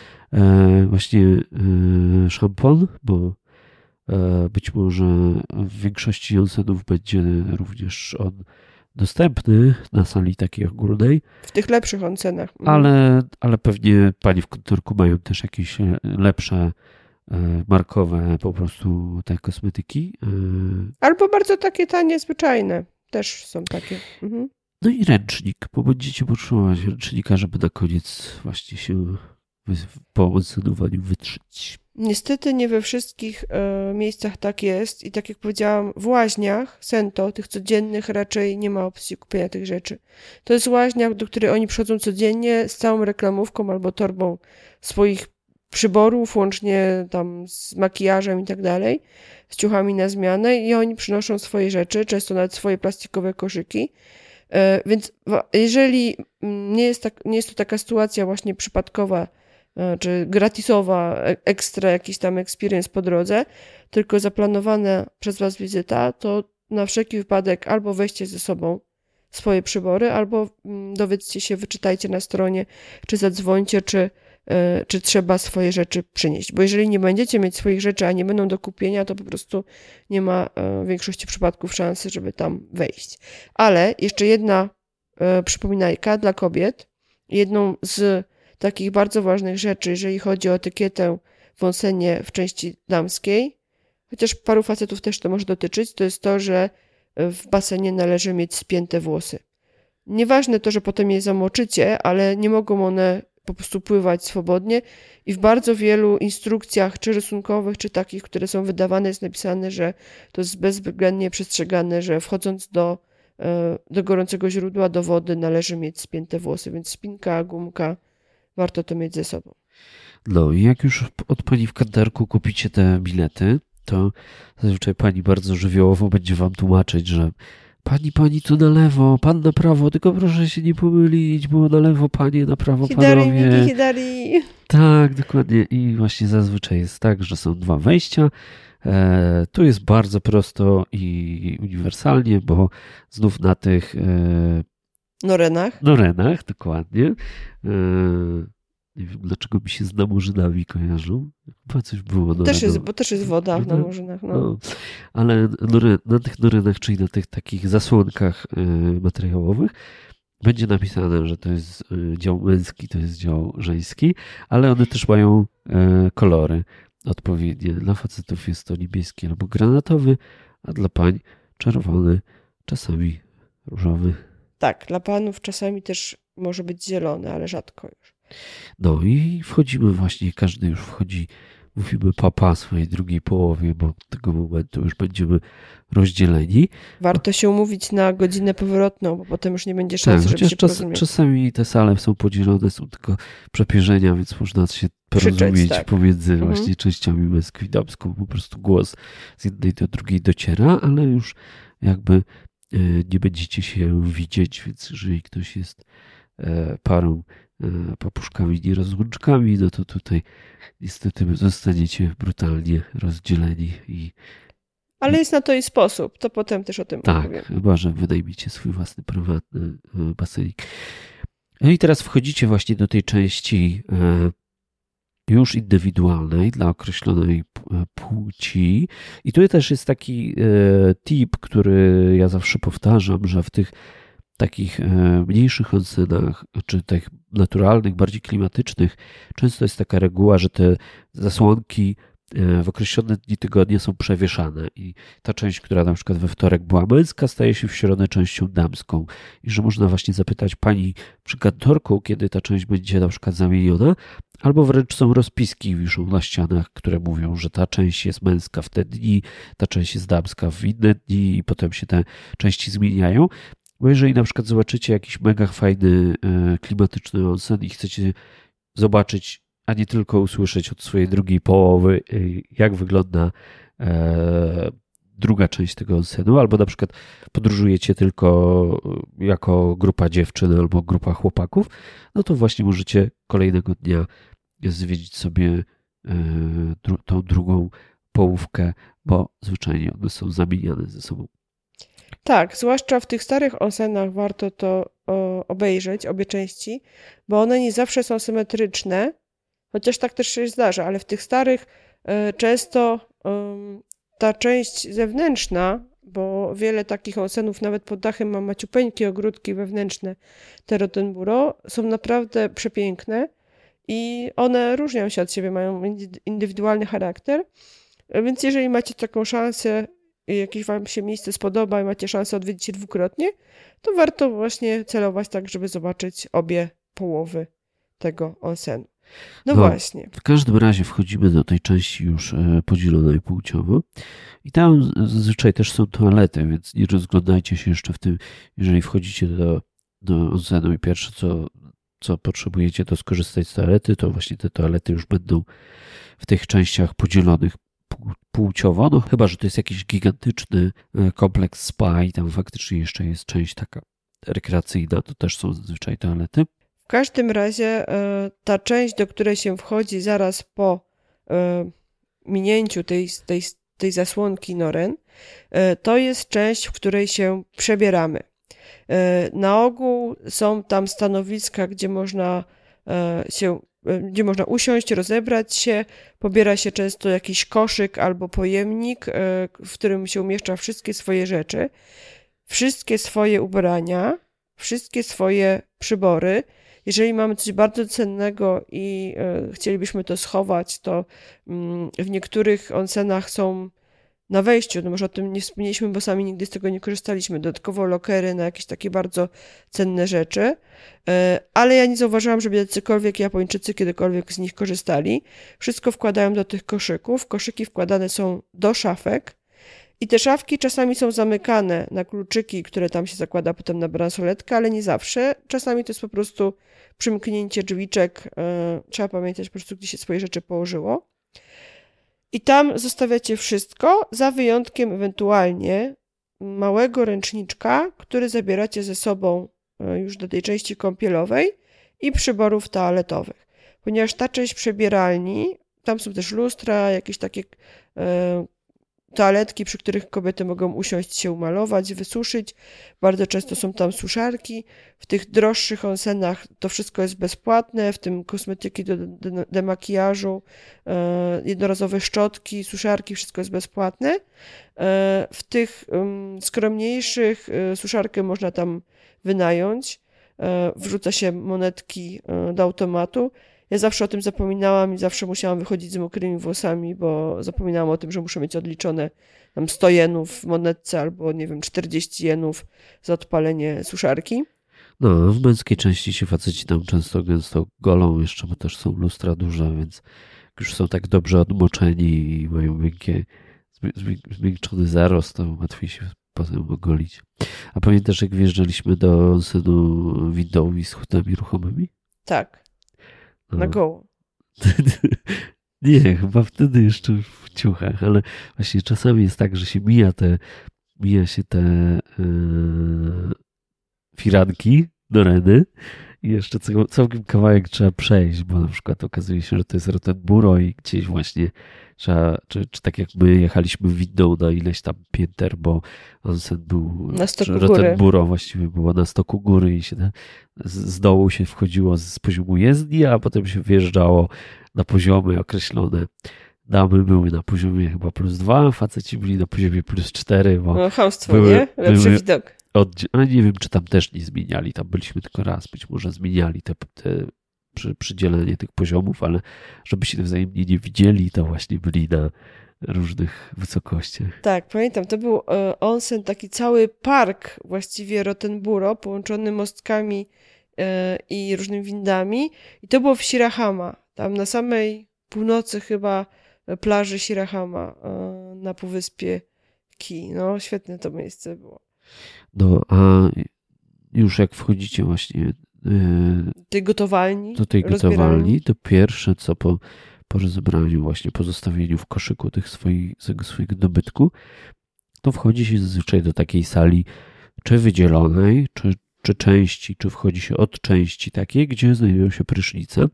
E, właśnie e, szampon, bo e, być może w większości onsenów będzie również on dostępny na sali takiej ogólnej. W tych lepszych onsenach. Ale, ale pewnie pani w kontorku mają też jakieś lepsze markowe po prostu te kosmetyki. Albo bardzo takie tanie, zwyczajne. Też są takie. Mhm. No i ręcznik, bo będziecie potrzebować ręcznika, żeby na koniec właśnie się po onsenowaniu wytrzeć. Niestety nie we wszystkich e, miejscach tak jest i tak jak powiedziałam, w łaźniach Sento, tych codziennych, raczej nie ma opcji kupienia tych rzeczy. To jest łaźnia, do której oni przychodzą codziennie z całą reklamówką albo torbą swoich przyborów, łącznie tam z makijażem i tak dalej, z ciuchami na zmianę i oni przynoszą swoje rzeczy, często nawet swoje plastikowe koszyki. E, więc jeżeli nie jest, tak, nie jest to taka sytuacja właśnie przypadkowa, czy gratisowa, ekstra jakiś tam experience po drodze, tylko zaplanowana przez was wizyta, to na wszelki wypadek albo weźcie ze sobą swoje przybory, albo dowiedzcie się, wyczytajcie na stronie, czy zadzwońcie, czy, czy trzeba swoje rzeczy przynieść. Bo jeżeli nie będziecie mieć swoich rzeczy, a nie będą do kupienia, to po prostu nie ma w większości przypadków szansy, żeby tam wejść. Ale jeszcze jedna przypominajka dla kobiet. Jedną z takich bardzo ważnych rzeczy, jeżeli chodzi o etykietę w onsenie w części damskiej, chociaż paru facetów też to może dotyczyć, to jest to, że w basenie należy mieć spięte włosy. Nieważne to, że potem je zamoczycie, ale nie mogą one po prostu pływać swobodnie i w bardzo wielu instrukcjach, czy rysunkowych, czy takich, które są wydawane, jest napisane, że to jest bezwzględnie przestrzegane, że wchodząc do, do gorącego źródła, do wody należy mieć spięte włosy, więc spinka, gumka, warto to mieć ze sobą. No i jak już od pani w kantarku kupicie te bilety, to zazwyczaj pani bardzo żywiołowo będzie wam tłumaczyć, że pani, pani tu na lewo, pan na prawo, tylko proszę się nie pomylić, bo na lewo panie, na prawo Hidari, panowie. Miki, Hidari. Tak, dokładnie. I właśnie zazwyczaj jest tak, że są dwa wejścia. E, tu jest bardzo prosto i uniwersalnie, bo znów na tych e, Norenach. Norenach, dokładnie. E, nie wiem, dlaczego mi się z namurzynami kojarzą. Chyba coś było. Też jest, bo też jest woda w namurzynach. No. No, ale nory, na tych norenach, czyli na tych takich zasłonkach e, materiałowych, będzie napisane, że to jest e, dział męski, to jest dział żeński, ale one też mają e, kolory odpowiednie. Dla facetów jest to niebieski albo granatowy, a dla pań czerwony, czasami różowy. Tak, dla panów czasami też może być zielony, ale rzadko już. No i wchodzimy właśnie, każdy już wchodzi, mówimy papa swojej drugiej połowie, bo od tego momentu już będziemy rozdzieleni. Warto się umówić na godzinę powrotną, bo potem już nie będzie szansy, tak, żeby się czas, porozumieć. Czasami te sale są podzielone, są tylko przepierzenia, więc można się porozumieć Krzyczeć, tak. pomiędzy Mhm. właśnie częściami męską i damską. Po prostu głos z jednej do drugiej dociera, ale już jakby e, nie będziecie się widzieć, więc jeżeli ktoś jest e, parą e, papuszkami, nie rozłączkami, no to tutaj niestety zostaniecie brutalnie rozdzieleni i Ale jest na to i sposób, to potem też o tym tak, opowiem. chyba że wynajmiecie swój własny, prywatny e, basenik. No i teraz wchodzicie właśnie do tej części e, już indywidualnej dla określonej p- płci. I tutaj też jest taki e, tip, który ja zawsze powtarzam, że w tych takich e, mniejszych onsenach, czy tych naturalnych, bardziej klimatycznych, często jest taka reguła, że te zasłonki w określone dni tygodnia są przewieszane i ta część, która na przykład we wtorek była męska, staje się w środę częścią damską i że można właśnie zapytać pani przy kantorku, kiedy ta część będzie na przykład zamieniona, albo wręcz są rozpiski wiszą na ścianach, które mówią, że ta część jest męska w te dni, ta część jest damska w inne dni i potem się te części zmieniają. Bo jeżeli na przykład zobaczycie jakiś mega fajny, klimatyczny onsen i chcecie zobaczyć, a nie tylko usłyszeć od swojej drugiej połowy, jak wygląda druga część tego onsenu, albo na przykład podróżujecie tylko jako grupa dziewczyn albo grupa chłopaków, no to właśnie możecie kolejnego dnia zwiedzić sobie tą drugą połówkę, bo zwyczajnie one są zamieniane ze sobą. Tak, zwłaszcza w tych starych onsenach warto to o, obejrzeć, obie części, bo one nie zawsze są symetryczne, chociaż tak też się zdarza, ale w tych starych y, często y, ta część zewnętrzna, bo wiele takich onsenów nawet pod dachem ma maciupeńkie ogródki wewnętrzne, te Rottenburo, są naprawdę przepiękne i one różnią się od siebie, mają indywidualny charakter, więc jeżeli macie taką szansę, jakieś wam się miejsce spodoba i macie szansę odwiedzić je dwukrotnie, to warto właśnie celować tak, żeby zobaczyć obie połowy tego onsenu. No, no właśnie. W każdym razie wchodzimy do tej części już podzielonej płciowo i tam zazwyczaj też są toalety, więc nie rozglądajcie się jeszcze w tym, jeżeli wchodzicie do, do onsenu i pierwsze co, co potrzebujecie to skorzystać z toalety, to właśnie te toalety już będą w tych częściach podzielonych płciowo, no chyba, że to jest jakiś gigantyczny kompleks spa i tam faktycznie jeszcze jest część taka rekreacyjna, to też są zazwyczaj toalety. W każdym razie ta część, do której się wchodzi zaraz po minięciu tej, tej, tej zasłonki noren, to jest część, w której się przebieramy. Na ogół są tam stanowiska, gdzie można się gdzie można usiąść, rozebrać się, pobiera się często jakiś koszyk albo pojemnik, w którym się umieszcza wszystkie swoje rzeczy, wszystkie swoje ubrania, wszystkie swoje przybory. Jeżeli mamy coś bardzo cennego i chcielibyśmy to schować, to w niektórych onsenach są na wejściu, no może o tym nie wspomnieliśmy, bo sami nigdy z tego nie korzystaliśmy, dodatkowo lokery na jakieś takie bardzo cenne rzeczy, ale ja nie zauważyłam, żeby jacykolwiek Japończycy kiedykolwiek z nich korzystali. Wszystko wkładają do tych koszyków, koszyki wkładane są do szafek i te szafki czasami są zamykane na kluczyki, które tam się zakłada potem na bransoletkę, ale nie zawsze. Czasami to jest po prostu przymknięcie drzwiczek, trzeba pamiętać po prostu, gdzie się swoje rzeczy położyło. I tam zostawiacie wszystko, za wyjątkiem ewentualnie małego ręczniczka, który zabieracie ze sobą już do tej części kąpielowej i przyborów toaletowych. Ponieważ ta część przebieralni, tam są też lustra, jakieś takie e, toaletki, przy których kobiety mogą usiąść, się umalować, wysuszyć. Bardzo często są tam suszarki. W tych droższych onsenach to wszystko jest bezpłatne, w tym kosmetyki do demakijażu, e, jednorazowe szczotki, suszarki, wszystko jest bezpłatne. E, w tych um, skromniejszych e, suszarkę można tam wynająć. E, wrzuca się monetki e, do automatu. Ja zawsze o tym zapominałam i zawsze musiałam wychodzić z mokrymi włosami, bo zapominałam o tym, że muszę mieć odliczone tam sto jenów w monetce albo, nie wiem, czterdzieści jenów za odpalenie suszarki. No, w męskiej części się faceci tam często gęsto golą jeszcze, bo też są lustra duże, więc już są tak dobrze odmoczeni i mają miękkie, zmiękczony zarost, to łatwiej się potem ogolić. A pamiętasz, jak wjeżdżaliśmy do onsenu windą i schodami ruchomymi? Tak. Na goło. Nie, chyba wtedy jeszcze w ciuchach, ale właśnie czasami jest tak, że się mija te, mija się te yy, firanki do reny i jeszcze całkiem kawałek trzeba przejść, bo na przykład okazuje się, że to jest Rottenburo i gdzieś właśnie trzeba, czy, czy tak jak my jechaliśmy windą na ileś tam pięter, bo onsen był, na stoku Rottenburo góry. Właściwie było na stoku góry i się z, z dołu się wchodziło z poziomu jezdni, a potem się wjeżdżało na poziomy określone. Damy były na poziomie chyba plus dwa, faceci byli na poziomie plus cztery, bo no chamstwo, były, nie? Lepszy były widok. Od, ale nie wiem, czy tam też nie zmieniali, tam byliśmy tylko raz, być może zmieniali te, te przy, przydzielenie tych poziomów, ale żeby się wzajemnie nie widzieli, to właśnie byli na różnych wysokościach. Tak, pamiętam, to był e, onsen, taki cały park właściwie Rottenburo, połączony mostkami e, i różnymi windami. I to było w Shirahama, tam na samej północy chyba plaży Shirahama e, na półwyspie Ki. No, świetne to miejsce było. No, a już jak wchodzicie właśnie e, tej gotowalni, do tej gotowalni, to pierwsze co po po rozebraniu, właśnie po zostawieniu w koszyku tych swoich, tego swojego dobytku, to wchodzi się zazwyczaj do takiej sali czy wydzielonej, czy, czy części, czy wchodzi się od części takiej, gdzie znajdują się prysznice.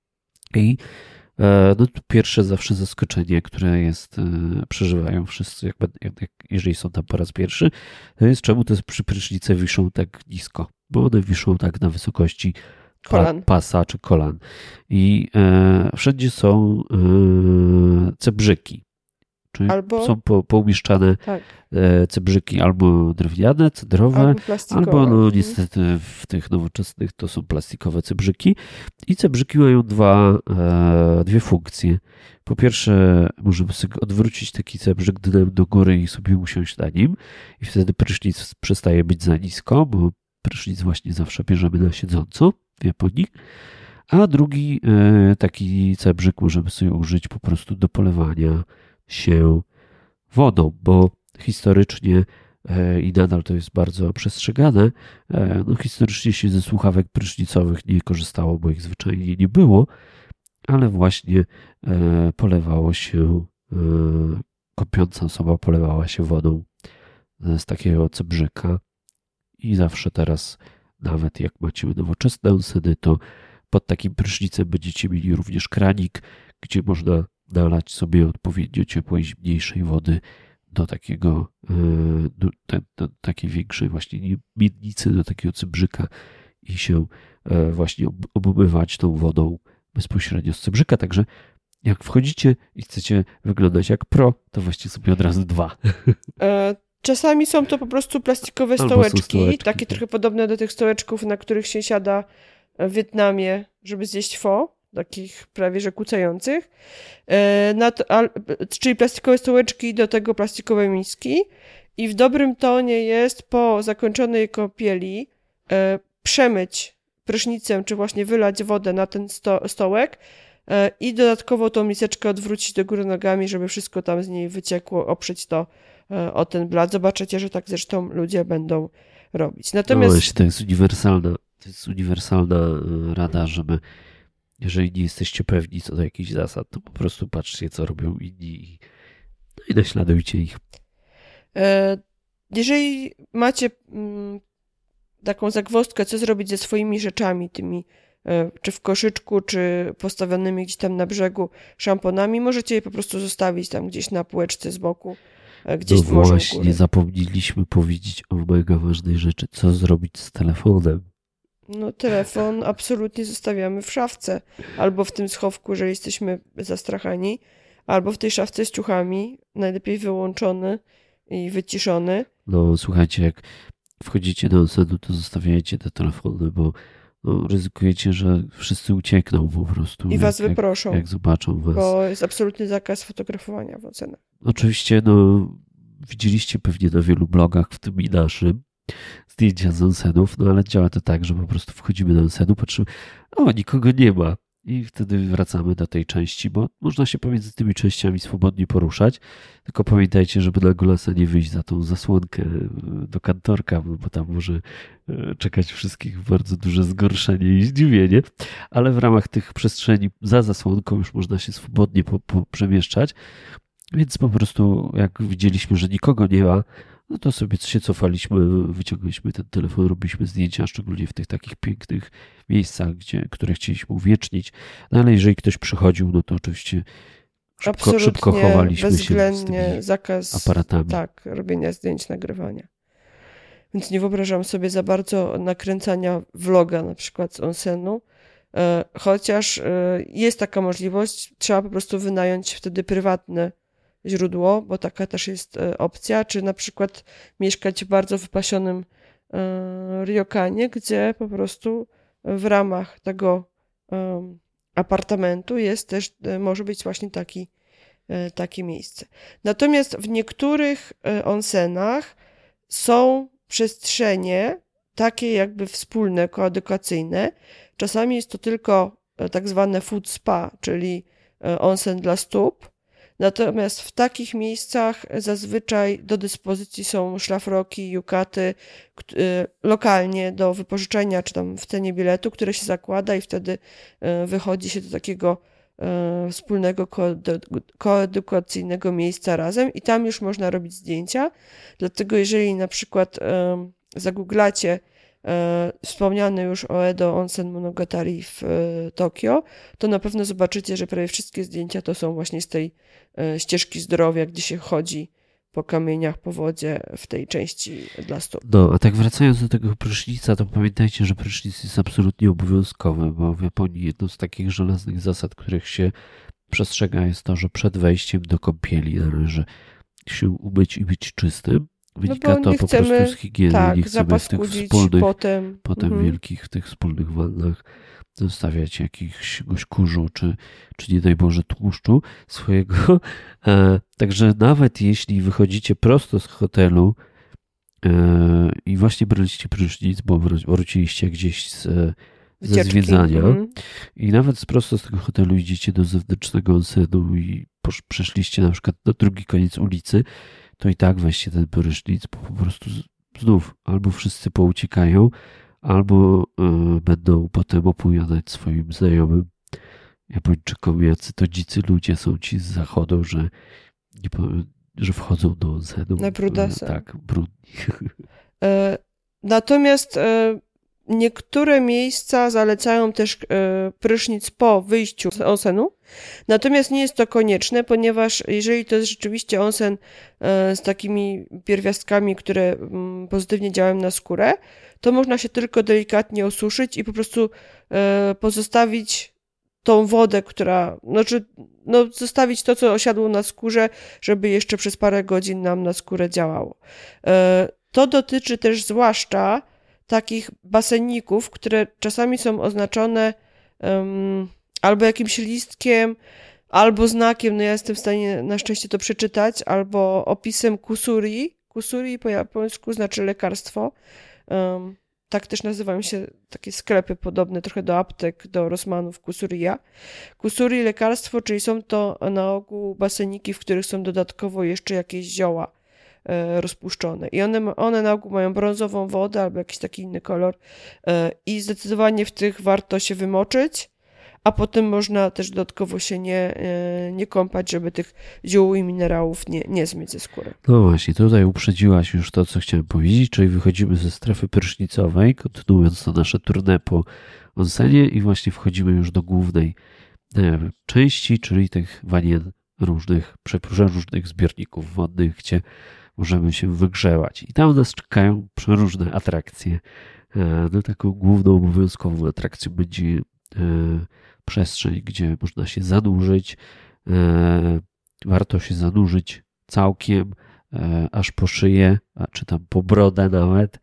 I e, no, pierwsze zawsze zaskoczenie, które jest, e, przeżywają wszyscy, jak, jak, jak, jeżeli są tam po raz pierwszy, to jest czemu te prysznice wiszą tak nisko, bo one wiszą tak na wysokości kolan. pasa czy kolan. I e, wszędzie są e, cebrzyki. Czyli albo, są po, poumieszczane tak. e, cebrzyki albo drewniane, cedrowe, albo, albo no niestety w tych nowoczesnych to są plastikowe cebrzyki. I cebrzyki mają dwa, e, dwie funkcje. Po pierwsze, możemy sobie odwrócić taki cebrzyk dnem do góry i sobie usiąść na nim. I wtedy prysznic przestaje być za nisko, bo prysznic właśnie zawsze bierzemy na siedząco w Japonii. A drugi e, taki cebrzyk możemy sobie użyć po prostu do polewania się wodą, bo historycznie e, i nadal to jest bardzo przestrzegane, e, no historycznie się ze słuchawek prysznicowych nie korzystało, bo ich zwyczajnie nie było, ale właśnie e, polewało się, e, kąpiąca osoba polewała się wodą z takiego cebrzyka i zawsze teraz, nawet jak macie nowoczesne onseny, to pod takim prysznicem będziecie mieli również kranik, gdzie można nalać sobie odpowiednio ciepłej, zimniejszej wody do takiego, do, do, do takiej większej właśnie miednicy, do takiego cebrzyka i się właśnie obmywać tą wodą bezpośrednio z cebrzyka. Także jak wchodzicie i chcecie wyglądać jak pro, to weźcie sobie od razu dwa. Czasami są to po prostu plastikowe stołeczki, stołeczki, takie trochę podobne do tych stołeczków, na których się siada w Wietnamie, żeby zjeść pho, takich prawie że kucających, na to, a, czyli plastikowe stołeczki, do tego plastikowe miski i w dobrym tonie jest po zakończonej kąpieli e, przemyć prysznicem, czy właśnie wylać wodę na ten sto, stołek e, i dodatkowo tą miseczkę odwrócić do góry nogami, żeby wszystko tam z niej wyciekło, oprzeć to e, o ten blat. Zobaczycie, że tak zresztą ludzie będą robić. Natomiast... No, to jest uniwersalna, to jest uniwersalna rada, żeby jeżeli nie jesteście pewni co do jakichś zasad, to po prostu patrzcie, co robią inni i, no i naśladujcie ich. Jeżeli macie mm, taką zagwozdkę, co zrobić ze swoimi rzeczami, tymi czy w koszyczku, czy postawionymi gdzieś tam na brzegu szamponami, możecie je po prostu zostawić tam gdzieś na półeczce z boku, gdzieś no w morzu właśnie, góry. Zapomnieliśmy powiedzieć o mega ważnej rzeczy. Co zrobić z telefonem? No telefon absolutnie zostawiamy w szafce, albo w tym schowku, jeżeli jesteśmy zastrachani, albo w tej szafce z ciuchami, najlepiej wyłączony i wyciszony. No słuchajcie, jak wchodzicie do onsenu, to zostawiajcie te telefony, bo no, ryzykujecie, że wszyscy uciekną po prostu. I jak, was wyproszą. Jak, jak zobaczą was. Bo jest absolutny zakaz fotografowania w onsenach. Oczywiście, no widzieliście pewnie na wielu blogach, w tym i naszym, zdjęcia z onsenów, no ale działa to tak, że po prostu wchodzimy do onsenu, patrzymy, o, nikogo nie ma i wtedy wracamy do tej części, bo można się pomiędzy tymi częściami swobodnie poruszać, tylko pamiętajcie, żeby na golasa nie wyjść za tą zasłonkę do kantorka, bo tam może czekać wszystkich bardzo duże zgorszenie i zdziwienie, ale w ramach tych przestrzeni za zasłonką już można się swobodnie po, po przemieszczać, więc po prostu jak widzieliśmy, że nikogo nie ma, no to sobie się cofaliśmy, wyciągnęliśmy ten telefon, robiliśmy zdjęcia, szczególnie w tych takich pięknych miejscach, gdzie, które chcieliśmy uwiecznić. No ale jeżeli ktoś przychodził, no to oczywiście szybko, szybko chowaliśmy się z tymi zakaz, aparatami. Tak, robienia zdjęć, nagrywania. Więc nie wyobrażam sobie za bardzo nakręcania vloga na przykład z onsenu, chociaż jest taka możliwość, trzeba po prostu wynająć wtedy prywatne źródło, bo taka też jest opcja, czy na przykład mieszkać w bardzo wypasionym ryokanie, gdzie po prostu w ramach tego um, apartamentu jest też, może być właśnie taki, takie miejsce. Natomiast w niektórych onsenach są przestrzenie takie jakby wspólne, koedukacyjne. Czasami jest to tylko tak zwane food spa, czyli onsen dla stóp. Natomiast w takich miejscach zazwyczaj do dyspozycji są szlafroki, yukaty lokalnie do wypożyczenia, czy tam w cenie biletu, które się zakłada i wtedy wychodzi się do takiego wspólnego koedukacyjnego miejsca razem i tam już można robić zdjęcia. Dlatego jeżeli na przykład zagooglacie wspomniany już Oedo Onsen Monogatari w Tokio, to na pewno zobaczycie, że prawie wszystkie zdjęcia to są właśnie z tej ścieżki zdrowia, gdzie się chodzi po kamieniach, po wodzie w tej części dla stóp. No, a tak wracając do tego prysznica, to pamiętajcie, że prysznic jest absolutnie obowiązkowy, bo w Japonii jedną z takich żelaznych zasad, których się przestrzega, jest to, że przed wejściem do kąpieli należy się umyć i być czystym. Wynika no to po chcemy, prostu z higieny, tak, nie chcemy w tych wspólnych, potem, potem mhm. wielkich, w tych wspólnych wannach zostawiać jakiegoś kurzu, czy, czy nie daj Boże tłuszczu swojego. E, także nawet jeśli wychodzicie prosto z hotelu e, i właśnie braliście prysznic, bo wróciliście gdzieś z, ze zwiedzania mm. i nawet prosto z tego hotelu idziecie do zewnętrznego onsenu i posz, przeszliście na przykład na drugi koniec ulicy, to i tak weźcie ten prysznic, bo po prostu znów albo wszyscy pouciekają, albo y, będą potem opowiadać swoim znajomym Japończykom, jacy to dzicy ludzie są ci z zachodu, że, nie powiem, że wchodzą do onsenu. Na brudasa. Y, tak, brudni. E, natomiast e, niektóre miejsca zalecają też e, prysznic po wyjściu z onsenu. Natomiast nie jest to konieczne, ponieważ jeżeli to jest rzeczywiście onsen e, z takimi pierwiastkami, które m, pozytywnie działają na skórę, to można się tylko delikatnie osuszyć i po prostu e, pozostawić tą wodę, która, znaczy, no, zostawić to, co osiadło na skórze, żeby jeszcze przez parę godzin nam na skórę działało. E, to dotyczy też zwłaszcza takich baseników, które czasami są oznaczone um, albo jakimś listkiem, albo znakiem, no ja jestem w stanie na szczęście to przeczytać, albo opisem kusuri. Kusuri po japońsku znaczy lekarstwo. Um, tak też nazywają się takie sklepy podobne trochę do aptek, do Rossmannów, kusuriya. Kusuri lekarstwo, czyli są to na ogół baseniki, w których są dodatkowo jeszcze jakieś zioła e, rozpuszczone. I one, one na ogół mają brązową wodę albo jakiś taki inny kolor e, i zdecydowanie w tych warto się wymoczyć, a potem można też dodatkowo się nie, nie kąpać, żeby tych ziół i minerałów nie, nie zmyć ze skóry. No właśnie, tutaj uprzedziłaś już to, co chciałem powiedzieć, czyli wychodzimy ze strefy prysznicowej, kontynuując to nasze tournée po onsenie i właśnie wchodzimy już do głównej e, części, czyli tych wanien różnych, przeróżnych zbiorników wodnych, gdzie możemy się wygrzewać. I tam nas czekają przeróżne atrakcje. E, no taką główną obowiązkową atrakcją będzie e, przestrzeń, gdzie można się zanurzyć. E, warto się zanurzyć całkiem, e, aż po szyję, a czy tam po brodę nawet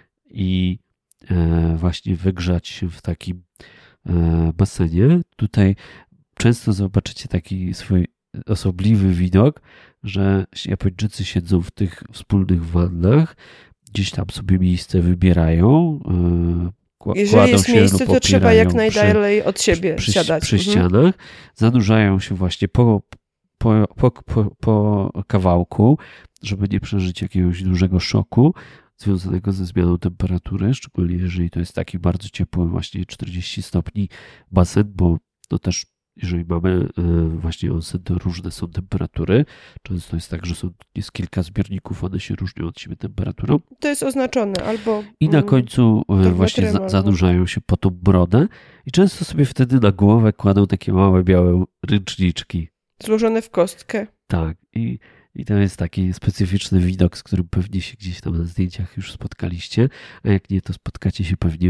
i e, właśnie wygrzać się w takim e, basenie. Tutaj często zobaczycie taki swój osobliwy widok, że Japończycy siedzą w tych wspólnych wannach, gdzieś tam sobie miejsce wybierają, e, jeżeli jest miejsce, to trzeba jak najdalej przy, od siebie przy, siadać. Przy mhm. ścianach. Zanurzają się właśnie po, po, po, po, po kawałku, żeby nie przeżyć jakiegoś dużego szoku związanego ze zmianą temperatury, szczególnie jeżeli to jest taki bardzo ciepły, właśnie czterdzieści stopni basen, bo to też jeżeli mamy właśnie onsen, to różne są temperatury. Często jest tak, że są, jest kilka zbiorników, one się różnią od siebie temperaturą. To jest oznaczone albo... I na końcu właśnie za, zanurzają się po tą brodę i często sobie wtedy na głowę kładą takie małe białe ręczniczki. Złożone w kostkę. Tak. I, i to jest taki specyficzny widok, z którym pewnie się gdzieś tam na zdjęciach już spotkaliście, a jak nie, to spotkacie się pewnie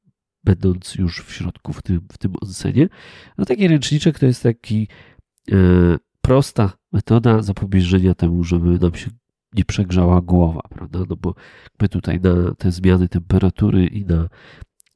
będąc już w środku w tym, w tym onsenie. No taki ręczniczek to jest taki e, prosta metoda zapobieżenia temu, żeby nam się nie przegrzała głowa, prawda? No bo my tutaj na te zmiany temperatury i na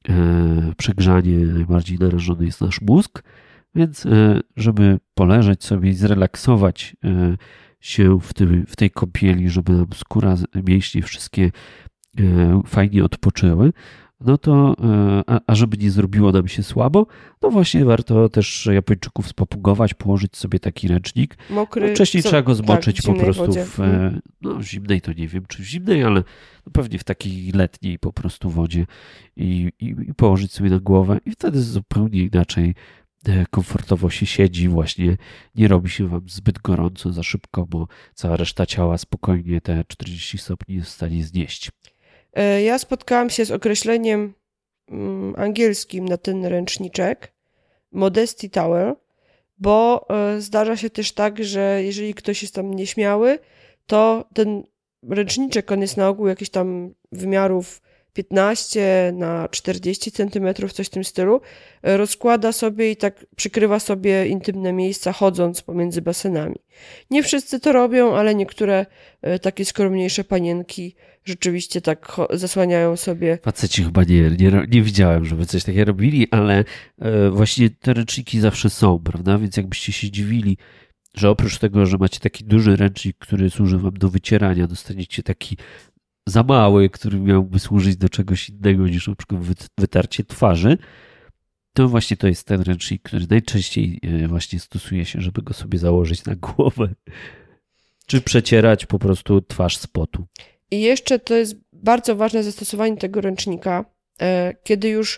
przegrzanie najbardziej narażony jest nasz mózg, więc żeby poleżeć sobie i zrelaksować się w, tym, w tej kąpieli, żeby nam skóra, mięśnie wszystkie fajnie odpoczęły, no to, a, a żeby nie zrobiło nam się słabo, no właśnie warto też Japończyków spopugować, położyć sobie taki ręcznik. Mokry. No wcześniej co, trzeba go zmoczyć tak, po prostu wodzie. w no, zimnej, to nie wiem czy w zimnej, ale no pewnie w takiej letniej po prostu wodzie i, i, i położyć sobie na głowę i wtedy zupełnie inaczej komfortowo się siedzi, właśnie nie robi się wam zbyt gorąco za szybko, bo cała reszta ciała spokojnie te czterdzieści stopni jest w stanie znieść. Ja spotkałam się z określeniem angielskim na ten ręczniczek, modesty towel, bo zdarza się też tak, że jeżeli ktoś jest tam nieśmiały, to ten ręczniczek, on jest na ogół jakiś tam wymiarów piętnaście na czterdzieści centymetrów, coś w tym stylu, rozkłada sobie i tak przykrywa sobie intymne miejsca, chodząc pomiędzy basenami. Nie wszyscy to robią, ale niektóre takie skromniejsze panienki rzeczywiście tak zasłaniają sobie. Faceci chyba nie, nie, nie widziałem, żeby coś takiego robili, ale właśnie te ręczniki zawsze są, prawda? Więc jakbyście się dziwili, że oprócz tego, że macie taki duży ręcznik, który służy wam do wycierania, dostaniecie taki za mały, który miałby służyć do czegoś innego niż na przykład wytarcie twarzy, to właśnie to jest ten ręcznik, który najczęściej właśnie stosuje się, żeby go sobie założyć na głowę, czy przecierać po prostu twarz z potu. I jeszcze to jest bardzo ważne zastosowanie tego ręcznika, kiedy już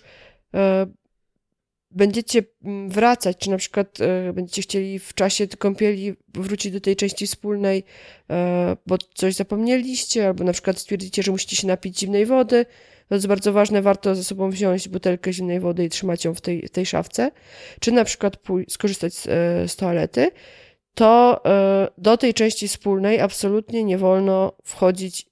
będziecie wracać, czy na przykład będziecie chcieli w czasie kąpieli wrócić do tej części wspólnej, bo coś zapomnieliście, albo na przykład stwierdzicie, że musicie się napić zimnej wody, to jest bardzo ważne, warto ze sobą wziąć butelkę zimnej wody i trzymać ją w tej, w tej szafce, czy na przykład pój- skorzystać z, z toalety, to do tej części wspólnej absolutnie nie wolno wchodzić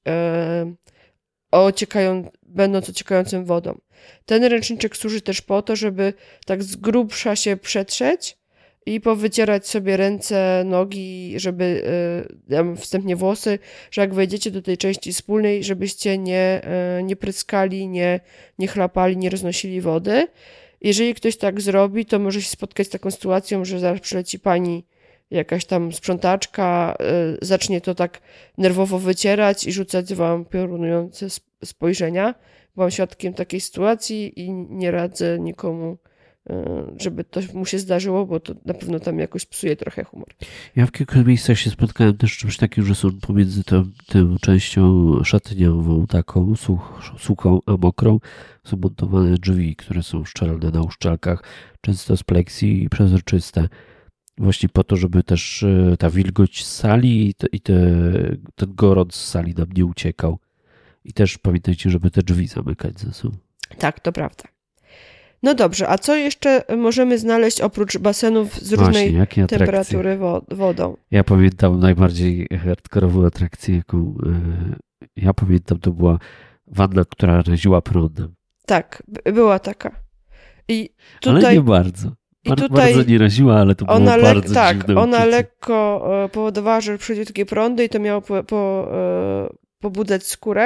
ociekają, będąc ociekającym wodą. Ten ręczniczek służy też po to, żeby tak z grubsza się przetrzeć i powycierać sobie ręce, nogi, żeby yy, wstępnie włosy, że jak wejdziecie do tej części wspólnej, żebyście nie, yy, nie pryskali, nie, nie chlapali, nie roznosili wody. Jeżeli ktoś tak zrobi, to może się spotkać z taką sytuacją, że zaraz przyleci pani jakaś tam sprzątaczka, yy, zacznie to tak nerwowo wycierać i rzucać wam piorunujące spojrzenia. Byłam świadkiem takiej sytuacji i nie radzę nikomu, żeby to mu się zdarzyło, bo to na pewno tam jakoś psuje trochę humor. Ja w kilku miejscach się spotkałem też z czymś takim, że są pomiędzy tą, tą częścią szatniową, taką such, suchą, a mokrą, są montowane drzwi, które są szczelne na uszczelkach, często z pleksji i przezroczyste. Właśnie po to, żeby też ta wilgoć z sali i, te, i te, ten gorąc z sali nam nie uciekał. I też pamiętajcie, żeby te drzwi zamykać ze sobą. Tak, to prawda. No dobrze, a co jeszcze możemy znaleźć oprócz basenów z różnej Właśnie, temperatury wodą? Ja pamiętam najbardziej hardkorową atrakcję, jaką ja pamiętam, to była wanna, która raziła prądem. Tak, była taka. I tutaj, ale nie bardzo. I Bar- tutaj bardzo nie raziła, ale to było ona bardzo le- Tak, dziwne ona uczucie. lekko powodowała, że przychodziły takie prądy i to miało po, po, pobudzać skórę.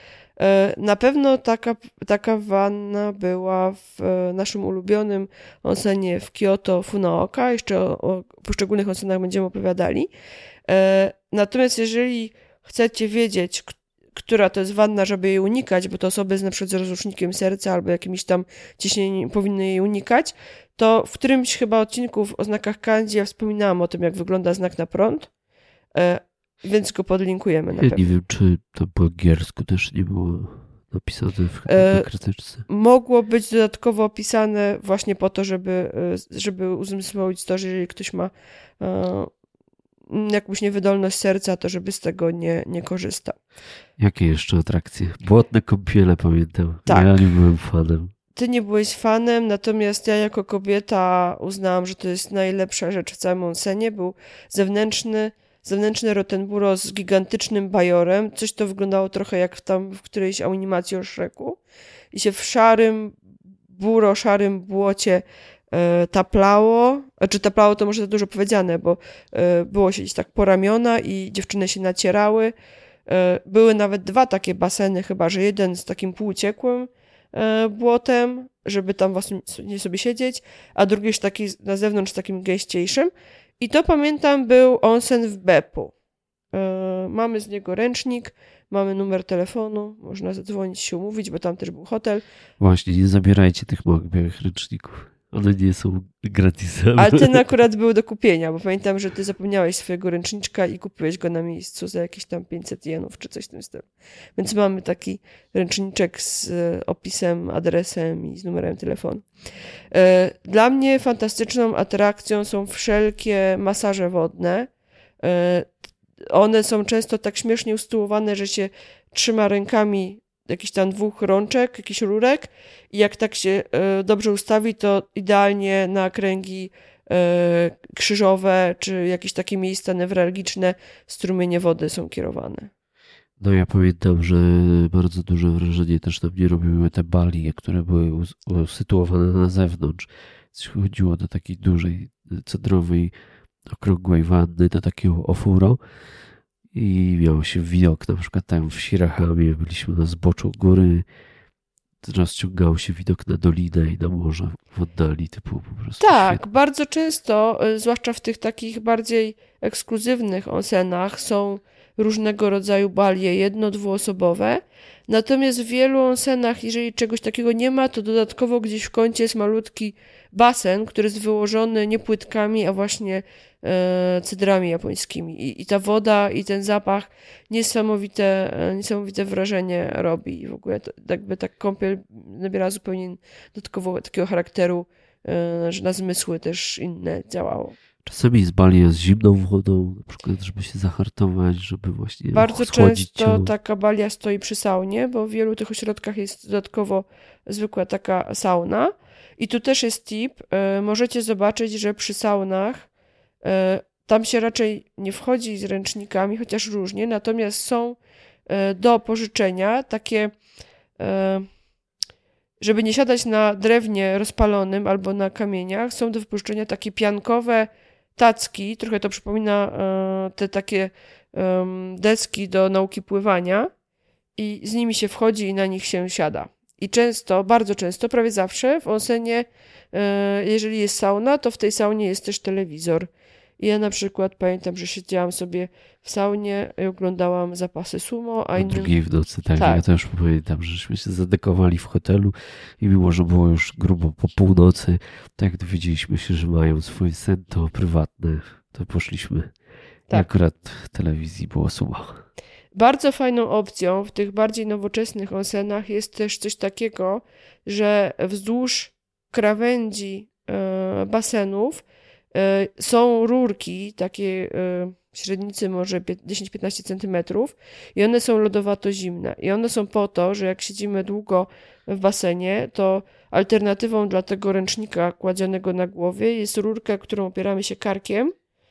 Na pewno taka, taka wanna była w naszym ulubionym onsenie w Kyoto Funaoka. Jeszcze o, o poszczególnych onsenach będziemy opowiadali. Natomiast jeżeli chcecie wiedzieć, która to jest wanna, żeby jej unikać, bo to osoby z, na przykład z rozrusznikiem serca albo jakimiś tam ciśnieniem powinny jej unikać, to w którymś chyba odcinku w oznakach kanji ja wspominałam o tym, jak wygląda znak na prąd. Więc go podlinkujemy na Ja pewno. nie wiem, czy to po angielsku też nie było napisane w e, krytyczce. Mogło być dodatkowo opisane właśnie po to, żeby, żeby uzmysłowić to, że jeżeli ktoś ma e, jakąś niewydolność serca, to żeby z tego nie, nie korzystał. Jakie jeszcze atrakcje? Błotne kąpiele pamiętam. Tak. Ja nie byłem fanem. Ty nie byłeś fanem, natomiast ja jako kobieta uznałam, że to jest najlepsza rzecz w całym onsenie. Był zewnętrzny Zewnętrzne Rotenburo z gigantycznym bajorem. Coś to wyglądało trochę jak tam w którejś animacji o Shreku. I się w szarym buro, szarym błocie e, taplało. Znaczy taplało to może za dużo powiedziane, bo e, było się gdzieś tak po ramiona i dziewczyny się nacierały. E, były nawet dwa takie baseny, chyba że jeden z takim półciekłym błotem, żeby tam właśnie sobie siedzieć, a drugi już taki na zewnątrz takim gęściejszym. I to pamiętam był onsen w Beppu. Mamy z niego ręcznik, mamy numer telefonu, można zadzwonić się umówić, bo tam też był hotel. Właśnie, nie zabierajcie tych małych białych ręczników. One nie są gratisem. Ale ten akurat był do kupienia, bo pamiętam, że ty zapomniałeś swojego ręczniczka i kupiłeś go na miejscu za jakieś tam pięćset jenów czy coś w tym stylu. Więc mamy taki ręczniczek z opisem, adresem i z numerem telefonu. Dla mnie fantastyczną atrakcją są wszelkie masaże wodne. One są często tak śmiesznie usytuowane, że się trzyma rękami jakichś tam dwóch rączek, jakichś rurek i jak tak się dobrze ustawi, to idealnie na kręgi krzyżowe czy jakieś takie miejsca newralgiczne strumienie wody są kierowane. No ja pamiętam, że bardzo duże wrażenie też na mnie robiły te balie, które były usytuowane na zewnątrz. Chodziło do takiej dużej, cedrowej, okrągłej wanny, do takiego ofuro i miało się widok, na przykład tam w Shirahamie byliśmy na zboczu góry, rozciągał się widok na dolinę i na morze w oddali, typu po prostu Tak, świetne. bardzo często, zwłaszcza w tych takich bardziej ekskluzywnych onsenach są różnego rodzaju balie jedno-, dwuosobowe. Natomiast w wielu onsenach, jeżeli czegoś takiego nie ma, to dodatkowo gdzieś w kącie jest malutki basen, który jest wyłożony nie płytkami, a właśnie e, cedrami japońskimi. I, I ta woda i ten zapach niesamowite, e, niesamowite wrażenie robi. I w ogóle to, jakby tak kąpiel nabiera zupełnie dodatkowo takiego charakteru, e, że na zmysły też inne działało. Czasami z bali z zimną wodą, na przykład, żeby się zahartować, żeby właśnie Bardzo schłodzić często ciało. taka balia stoi przy saunie, bo w wielu tych ośrodkach jest dodatkowo zwykła taka sauna. I tu też jest tip. E, możecie zobaczyć, że przy saunach e, tam się raczej nie wchodzi z ręcznikami, chociaż różnie, natomiast są e, do pożyczenia takie, e, żeby nie siadać na drewnie rozpalonym albo na kamieniach, są do wypożyczenia takie piankowe tacki, trochę to przypomina e, te takie e, deski do nauki pływania i z nimi się wchodzi i na nich się siada. I często, bardzo często, prawie zawsze w onsenie, e, jeżeli jest sauna, to w tej saunie jest też telewizor. I ja na przykład pamiętam, że siedziałam sobie w saunie i oglądałam zapasy sumo, a O innym... drugiej w nocy, tak. Tak. Ja też pamiętam, żeśmy się zadekowali w hotelu i mimo, że było już grubo po północy, tak dowiedzieliśmy się, że mają swój sen to prywatne, to poszliśmy. Tak. I akurat w telewizji było sumo. Bardzo fajną opcją w tych bardziej nowoczesnych onsenach jest też coś takiego, że wzdłuż krawędzi e, basenów e, są rurki, takie e, średnicy może dziesięć do piętnastu centymetrów i one są lodowato-zimne. I one są po to, że jak siedzimy długo w basenie, to alternatywą dla tego ręcznika kładzionego na głowie jest rurka, którą opieramy się karkiem,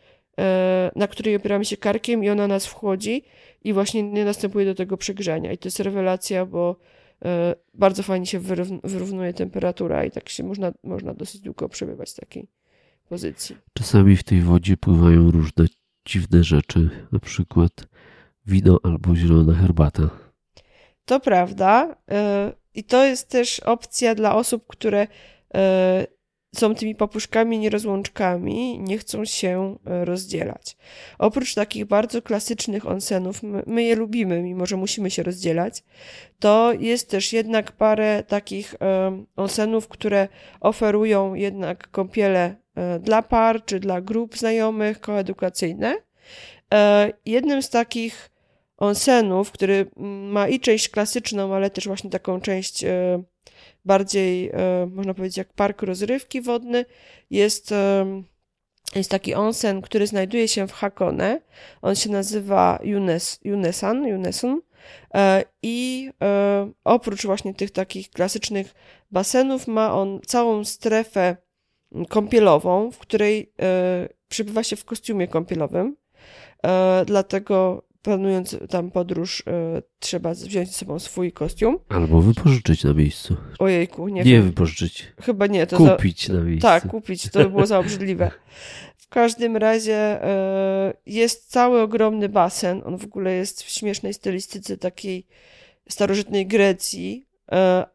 e, na której opieramy się karkiem i ona nas wchłodzi i właśnie nie następuje do tego przegrzania. I to jest rewelacja, bo e, bardzo fajnie się wyrówn- wyrównuje temperatura i tak się można, można dosyć długo przebywać w takiej pozycji. Czasami w tej wodzie pływają różne dziwne rzeczy, na przykład wino albo zielona herbata. To prawda. e, I to jest też opcja dla osób, które e, są tymi papuszkami nierozłączkami, nie chcą się e, rozdzielać. Oprócz takich bardzo klasycznych onsenów, my, my je lubimy, mimo że musimy się rozdzielać, to jest też jednak parę takich e, onsenów, które oferują jednak kąpiele e, dla par czy dla grup znajomych, koedukacyjne. E, jednym z takich onsenów, który ma i część klasyczną, ale też właśnie taką część e, bardziej, e, można powiedzieć, jak park rozrywki wodny, jest, e, jest taki onsen, który znajduje się w Hakone. On się nazywa Yunes, Yunesan, Yunesun e, i e, oprócz właśnie tych takich klasycznych basenów ma on całą strefę kąpielową, w której e, przebywa się w kostiumie kąpielowym. E, dlatego planując tam podróż, e, trzeba wziąć ze sobą swój kostium. Albo wypożyczyć na miejscu. Ojejku, nie, Nie wiem. wypożyczyć. Chyba nie. To Kupić za... na miejscu. Tak, kupić. To by było za obrzydliwe. W każdym razie e, jest cały ogromny basen. On w ogóle jest w śmiesznej stylistyce takiej starożytnej Grecji, e,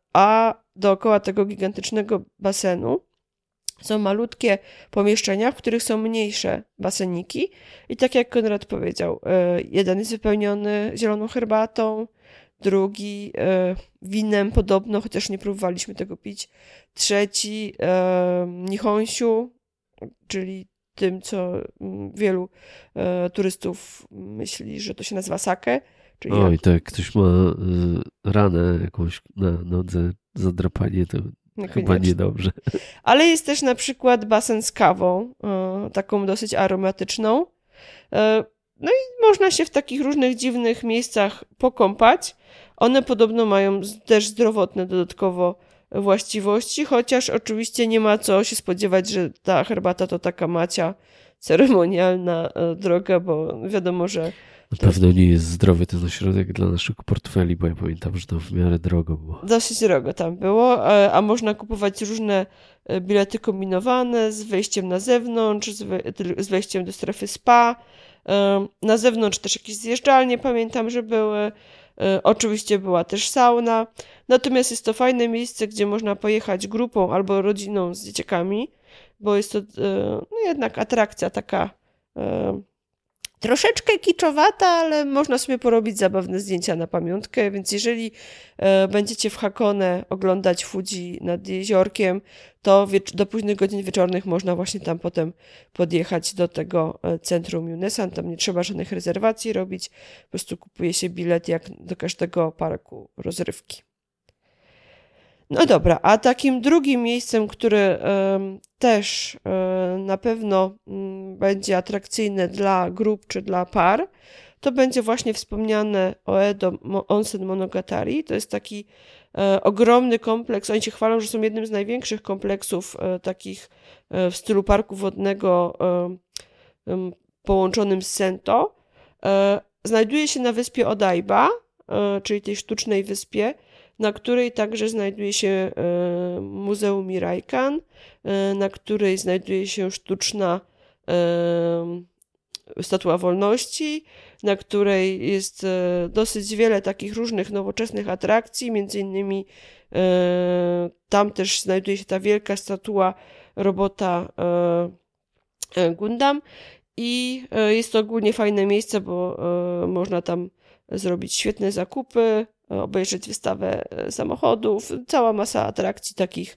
a dookoła tego gigantycznego basenu są malutkie pomieszczenia, w których są mniejsze baseniki i tak jak Konrad powiedział, jeden jest wypełniony zieloną herbatą, drugi winem podobno, chociaż nie próbowaliśmy tego pić, trzeci nihonsiu, czyli tym, co wielu turystów myśli, że to się nazywa sake. Czyli Oj, jak... to jak ktoś ma ranę jakąś na nodze, zadrapanie, to chyba niedobrze. Ale jest też na przykład basen z kawą, taką dosyć aromatyczną. No i można się w takich różnych dziwnych miejscach pokąpać. One podobno mają też zdrowotne dodatkowo właściwości, chociaż oczywiście nie ma co się spodziewać, że ta herbata to taka macia ceremonialna droga, bo wiadomo, że na pewno nie jest zdrowy ten ośrodek dla naszych portfeli, bo ja pamiętam, że to w miarę drogo było. Dosyć drogo tam było, a można kupować różne bilety kombinowane z wejściem na zewnątrz, z wejściem do strefy spa. Na zewnątrz też jakieś zjeżdżalnie, pamiętam, że były. Oczywiście była też sauna. Natomiast jest to fajne miejsce, gdzie można pojechać grupą albo rodziną z dzieciakami, bo jest to no jednak atrakcja taka troszeczkę kiczowata, ale można sobie porobić zabawne zdjęcia na pamiątkę, więc jeżeli e, będziecie w Hakone oglądać Fuji nad jeziorkiem, to wiecz- do późnych godzin wieczornych można właśnie tam potem podjechać do tego centrum Yunesan. Tam nie trzeba żadnych rezerwacji robić, po prostu kupuje się bilet jak do każdego parku rozrywki. No dobra, a takim drugim miejscem, które y, też y, na pewno y, będzie atrakcyjne dla grup czy dla par, to będzie właśnie wspomniane Oedo Onsen Monogatari. To jest taki y, ogromny kompleks. Oni się chwalą, że są jednym z największych kompleksów y, takich y, w stylu parku wodnego y, y, połączonym z Sento. Y, znajduje się na wyspie Odaiba, y, czyli tej sztucznej wyspie, na której także znajduje się Muzeum Miraikan, na której znajduje się sztuczna Statua Wolności, na której jest dosyć wiele takich różnych nowoczesnych atrakcji, między innymi tam też znajduje się ta wielka statua robota Gundam i jest to ogólnie fajne miejsce, bo można tam zrobić świetne zakupy, obejrzeć wystawę samochodów, cała masa atrakcji takich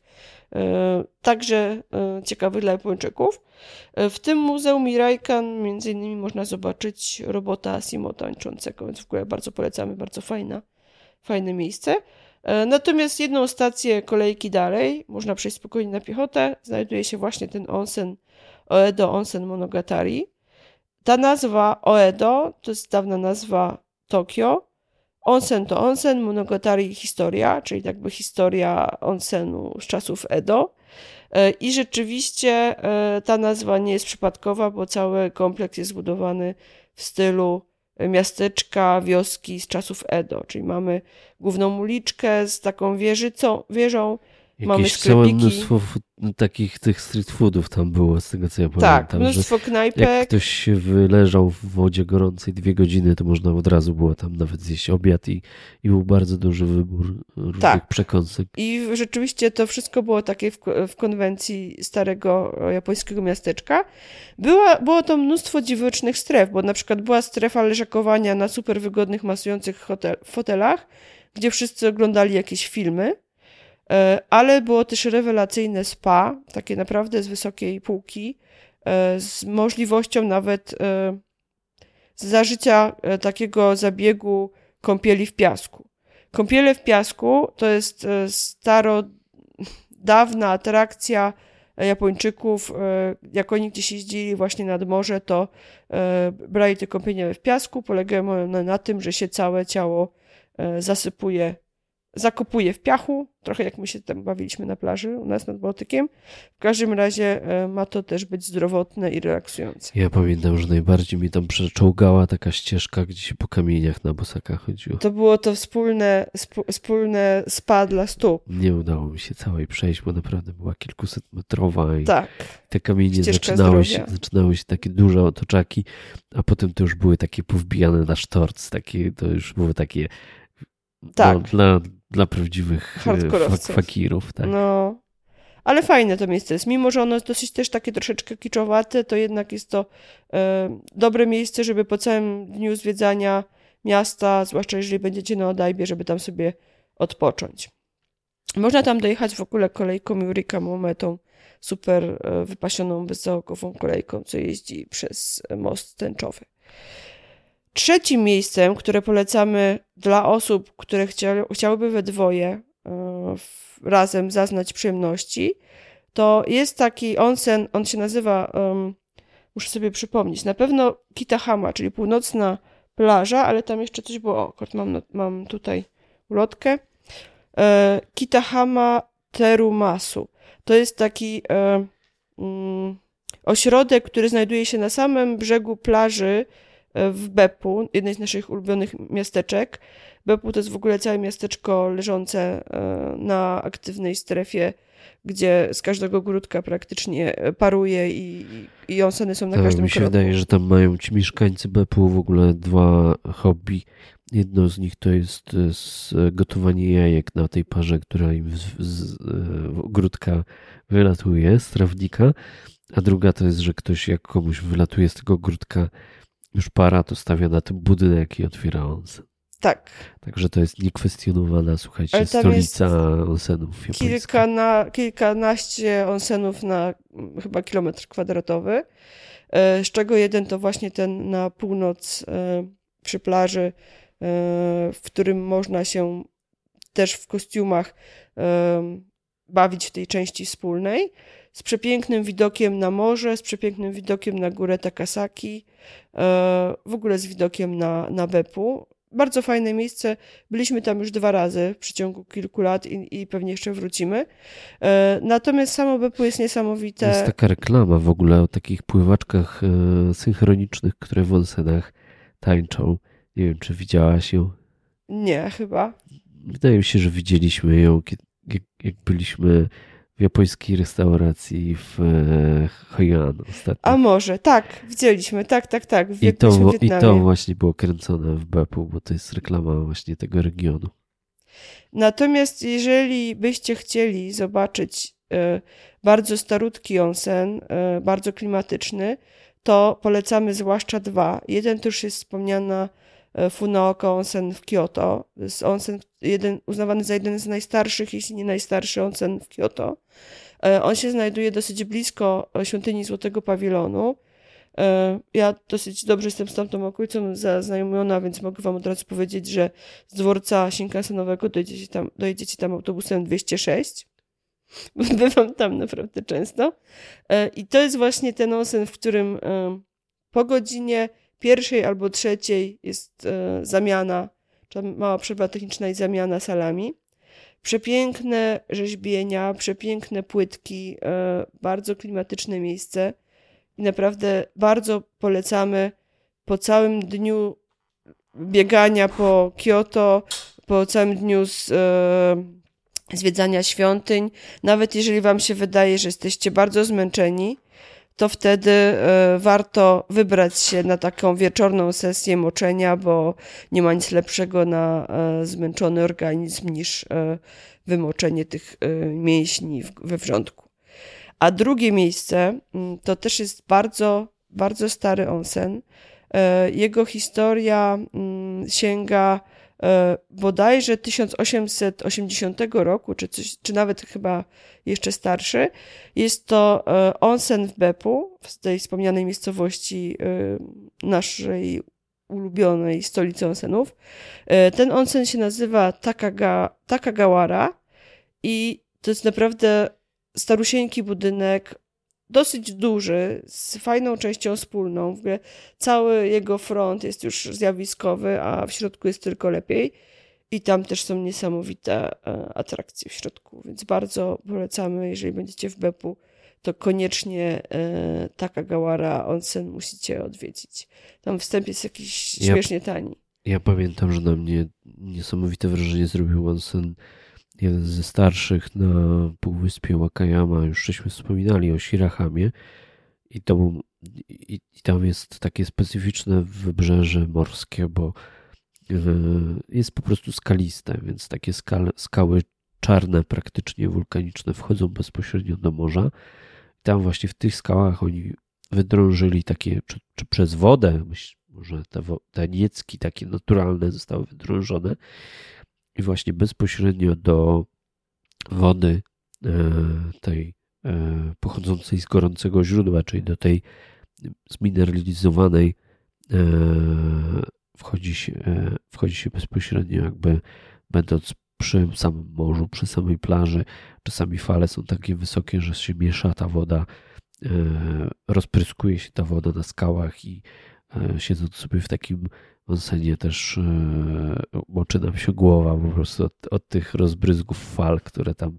także ciekawych dla Japończyków. W tym Muzeum Miraikan między innymi można zobaczyć robota Simo tańczącego, więc w ogóle bardzo polecamy, bardzo fajna, fajne miejsce. Natomiast jedną stację kolejki dalej, można przejść spokojnie na piechotę, znajduje się właśnie ten onsen, Oedo Onsen Monogatari. Ta nazwa Oedo to jest dawna nazwa Tokio. Onsen to onsen, Monogatari historia, czyli jakby historia onsenu z czasów Edo. I rzeczywiście ta nazwa nie jest przypadkowa, bo cały kompleks jest zbudowany w stylu miasteczka, wioski z czasów Edo, czyli mamy główną uliczkę z taką wieżycą, wieżą, jakieś mamy sklepiki. Całe mnóstwo takich tych street foodów tam było, z tego co ja pamiętam. Tak, mnóstwo knajpek. Jak ktoś się wyleżał w wodzie gorącej dwie godziny, to można od razu było tam nawet zjeść obiad i, i był bardzo duży wybór różnych tak. przekąsek. I rzeczywiście to wszystko było takie w, w konwencji starego japońskiego miasteczka. Była, było to mnóstwo dziwacznych stref, bo na przykład była strefa leżakowania na super wygodnych, masujących hotel, fotelach, gdzie wszyscy oglądali jakieś filmy. Ale było też rewelacyjne spa, takie naprawdę z wysokiej półki, z możliwością nawet zażycia takiego zabiegu kąpieli w piasku. Kąpiele w piasku to jest starodawna atrakcja Japończyków. Jak oni gdzieś jeździli właśnie nad morze, to brali te kąpiele w piasku. Polegają one na tym, że się całe ciało zasypuje, zakopuje w piachu, trochę jak my się tam bawiliśmy na plaży u nas nad Bałtykiem. W każdym razie ma to też być zdrowotne i relaksujące. Ja pamiętam, że najbardziej mi tam przeczołgała taka ścieżka, gdzie się po kamieniach na bosakach chodziło. To było to wspólne, sp- wspólne spa dla stóp. Nie udało mi się całej przejść, bo naprawdę była kilkusetmetrowa i tak. te kamienie zaczynały się, zaczynały się takie duże otoczaki, a potem to już były takie powbijane na sztorc, takie, to już były takie tak. no, dla dla prawdziwych hardkorowców. fakirów. Tak. No, ale fajne to miejsce jest. Mimo że ono jest dosyć też takie troszeczkę kiczowate, to jednak jest to e, dobre miejsce, żeby po całym dniu zwiedzania miasta, zwłaszcza jeżeli będziecie na Odajbie, żeby tam sobie odpocząć. Można tam dojechać w ogóle kolejką Eureka Mome, tą super e, wypasioną, bezzałogową kolejką, co jeździ przez most tęczowy. Trzecim miejscem, które polecamy dla osób, które chcia, chciałyby we dwoje e, w, razem zaznać przyjemności, to jest taki onsen, on się nazywa, um, muszę sobie przypomnieć, na pewno Kitahama, czyli północna plaża, ale tam jeszcze coś było, o, mam, mam tutaj ulotkę. E, Kitahama Terumasu. To jest taki e, mm, ośrodek, który znajduje się na samym brzegu plaży w Beppu, jednej z naszych ulubionych miasteczek. Beppu to jest w ogóle całe miasteczko leżące na aktywnej strefie, gdzie z każdego ogródka praktycznie paruje i, i onseny są na tak, każdym mi się kroku. wydaje, że tam mają ci mieszkańcy Beppu w ogóle dwa hobby. Jedno z nich to jest gotowanie jajek na tej parze, która im z, z, z ogródka wylatuje, z trawnika, a druga to jest, że ktoś jak komuś wylatuje z tego ogródka już para, to stawia na tym budynek i otwiera onsen. Tak. Także to jest niekwestionowana, słuchajcie, stolica onsenów japońskich. Kilkana, kilkanaście onsenów na chyba kilometr kwadratowy, z czego jeden to właśnie ten na północ przy plaży, w którym można się też w kostiumach bawić w tej części wspólnej, z przepięknym widokiem na morze, z przepięknym widokiem na górę Takasaki, w ogóle z widokiem na, na Beppu. Bardzo fajne miejsce. Byliśmy tam już dwa razy w przeciągu kilku lat i, i pewnie jeszcze wrócimy. Natomiast samo Beppu jest niesamowite. Jest taka reklama w ogóle o takich pływaczkach synchronicznych, które w onsenach tańczą. Nie wiem, czy widziałaś ją? Nie, chyba. Wydaje mi się, że widzieliśmy ją, jak, jak byliśmy w japońskiej restauracji w Hainan ostatnio. A może, tak, widzieliśmy, tak, tak, tak. I to, I to właśnie było kręcone w Beppu, bo to jest reklama właśnie tego regionu. Natomiast jeżeli byście chcieli zobaczyć e, bardzo starutki onsen, e, bardzo klimatyczny, to polecamy zwłaszcza dwa. Jeden to już jest wspomniana Funaoka Onsen w Kyoto. To jest onsen jeden, uznawany za jeden z najstarszych, jeśli nie najstarszy onsen w Kyoto. On się znajduje dosyć blisko świątyni Złotego Pawilonu. Ja dosyć dobrze jestem z tamtą okolicą zaznajomiona, więc mogę wam od razu powiedzieć, że z dworca Shinkansenowego dojedziecie tam, dojedziecie tam autobusem dwieście sześć. Bywam tam naprawdę często. I to jest właśnie ten onsen, w którym po godzinie pierwszej albo trzeciej jest e, zamiana, czy mała przerwa techniczna i zamiana salami. Przepiękne rzeźbienia, przepiękne płytki, e, bardzo klimatyczne miejsce i naprawdę bardzo polecamy po całym dniu biegania po Kyoto, po całym dniu z, e, zwiedzania świątyń. Nawet jeżeli wam się wydaje, że jesteście bardzo zmęczeni, to wtedy y, warto wybrać się na taką wieczorną sesję moczenia, bo nie ma nic lepszego na y, zmęczony organizm niż y, wymoczenie tych y, mięśni w, we wrzątku. A drugie miejsce y, to też jest bardzo, bardzo stary onsen. Y, jego historia y, sięga bodajże tysiąc osiemset osiemdziesiątego roku, czy, coś, czy nawet chyba jeszcze starszy. Jest to onsen w Beppu, w tej wspomnianej miejscowości naszej ulubionej stolicy onsenów. Ten onsen się nazywa Takaga, Takagawara i to jest naprawdę starusieńki budynek, dosyć duży, z fajną częścią wspólną. W ogóle cały jego front jest już zjawiskowy, a w środku jest tylko lepiej. I tam też są niesamowite atrakcje w środku, więc bardzo polecamy, jeżeli będziecie w Beppu, to koniecznie e, Takagawara Onsen musicie odwiedzić. Tam wstęp jest jakiś ja, śmiesznie tani. Ja pamiętam, że na mnie niesamowite wrażenie zrobił onsen, jeden ze starszych na półwyspie Wakayama. Już żeśmy wspominali o Shirahamie i, to był, i, i tam jest takie specyficzne wybrzeże morskie, bo jest po prostu skaliste, więc takie skale, skały czarne, praktycznie wulkaniczne wchodzą bezpośrednio do morza. Tam właśnie w tych skałach oni wydrążyli takie, czy, czy przez wodę, myśl, może te, te niecki takie naturalne zostały wydrążone i właśnie bezpośrednio do wody tej pochodzącej z gorącego źródła, czyli do tej zmineralizowanej wchodzi się, wchodzi się bezpośrednio, jakby będąc przy samym morzu, przy samej plaży. Czasami fale są takie wysokie, że się miesza ta woda, rozpryskuje się ta woda na skałach i siedząc sobie w takim onsenie też moczy nam się głowa po prostu od, od tych rozbryzgów fal, które tam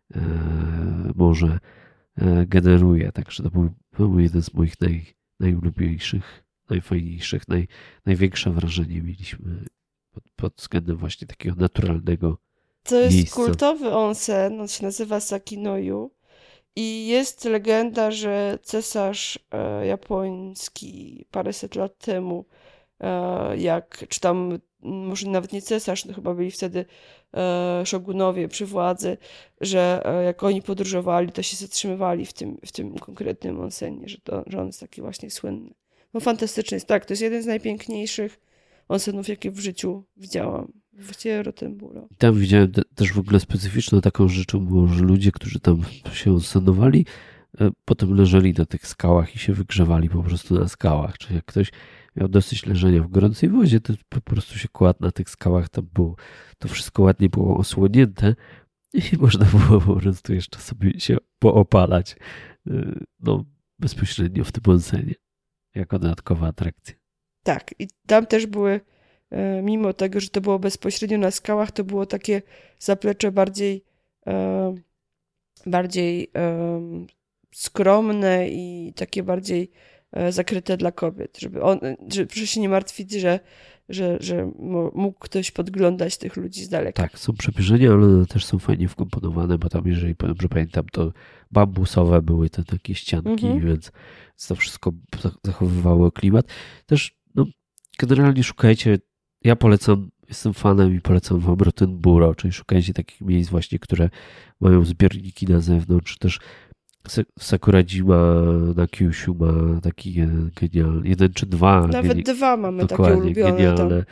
morze generuje. Także to był, to był jeden z moich naj, najulubieńszych, najfajniejszych, naj, największe wrażenie mieliśmy pod, pod względem właśnie takiego naturalnego To jest miejsca. kultowy onsen, on się nazywa Sakinoju i jest legenda, że cesarz e, japoński paręset lat temu, e, jak, czy tam może nawet nie cesarz, no chyba byli wtedy e, szogunowie przy władzy, że e, jak oni podróżowali, to się zatrzymywali w tym, w tym konkretnym onsenie, że, to, że on jest taki właśnie słynny. No fantastyczny jest, tak, to jest jeden z najpiękniejszych onsenów, jakie w życiu widziałam. Właściwie Rottenburo. Tam widziałem te, też w ogóle specyficzną taką rzeczą było, że ludzie, którzy tam się onsenowali, e, potem leżeli na tych skałach i się wygrzewali po prostu na skałach. Czyli jak ktoś miał dosyć leżenia w gorącej wodzie, to po prostu się kładł na tych skałach, tam było, to wszystko ładnie było osłonięte i można było po prostu jeszcze sobie się poopalać e, no, bezpośrednio w tym onsenie, jako dodatkowa atrakcja. Tak, i tam też były, mimo tego, że to było bezpośrednio na skałach, to było takie zaplecze bardziej, bardziej skromne i takie bardziej zakryte dla kobiet, żeby on, żeby proszę się nie martwić, że, że, że mógł ktoś podglądać tych ludzi z daleka. Tak, są przepierzenia, ale one też są fajnie wkomponowane, bo tam, jeżeli dobrze pamiętam, to bambusowe były te takie ścianki, mhm. więc to wszystko zachowywało klimat. Też no, generalnie szukajcie, ja polecam, jestem fanem i polecam wam Rottenburo, czyli szukajcie takich miejsc właśnie, które mają zbiorniki na zewnątrz, też Sakurajima na Kyushu ma taki jeden genialny, jeden czy dwa. Nawet geni- dwa mamy takie ulubione. Genialne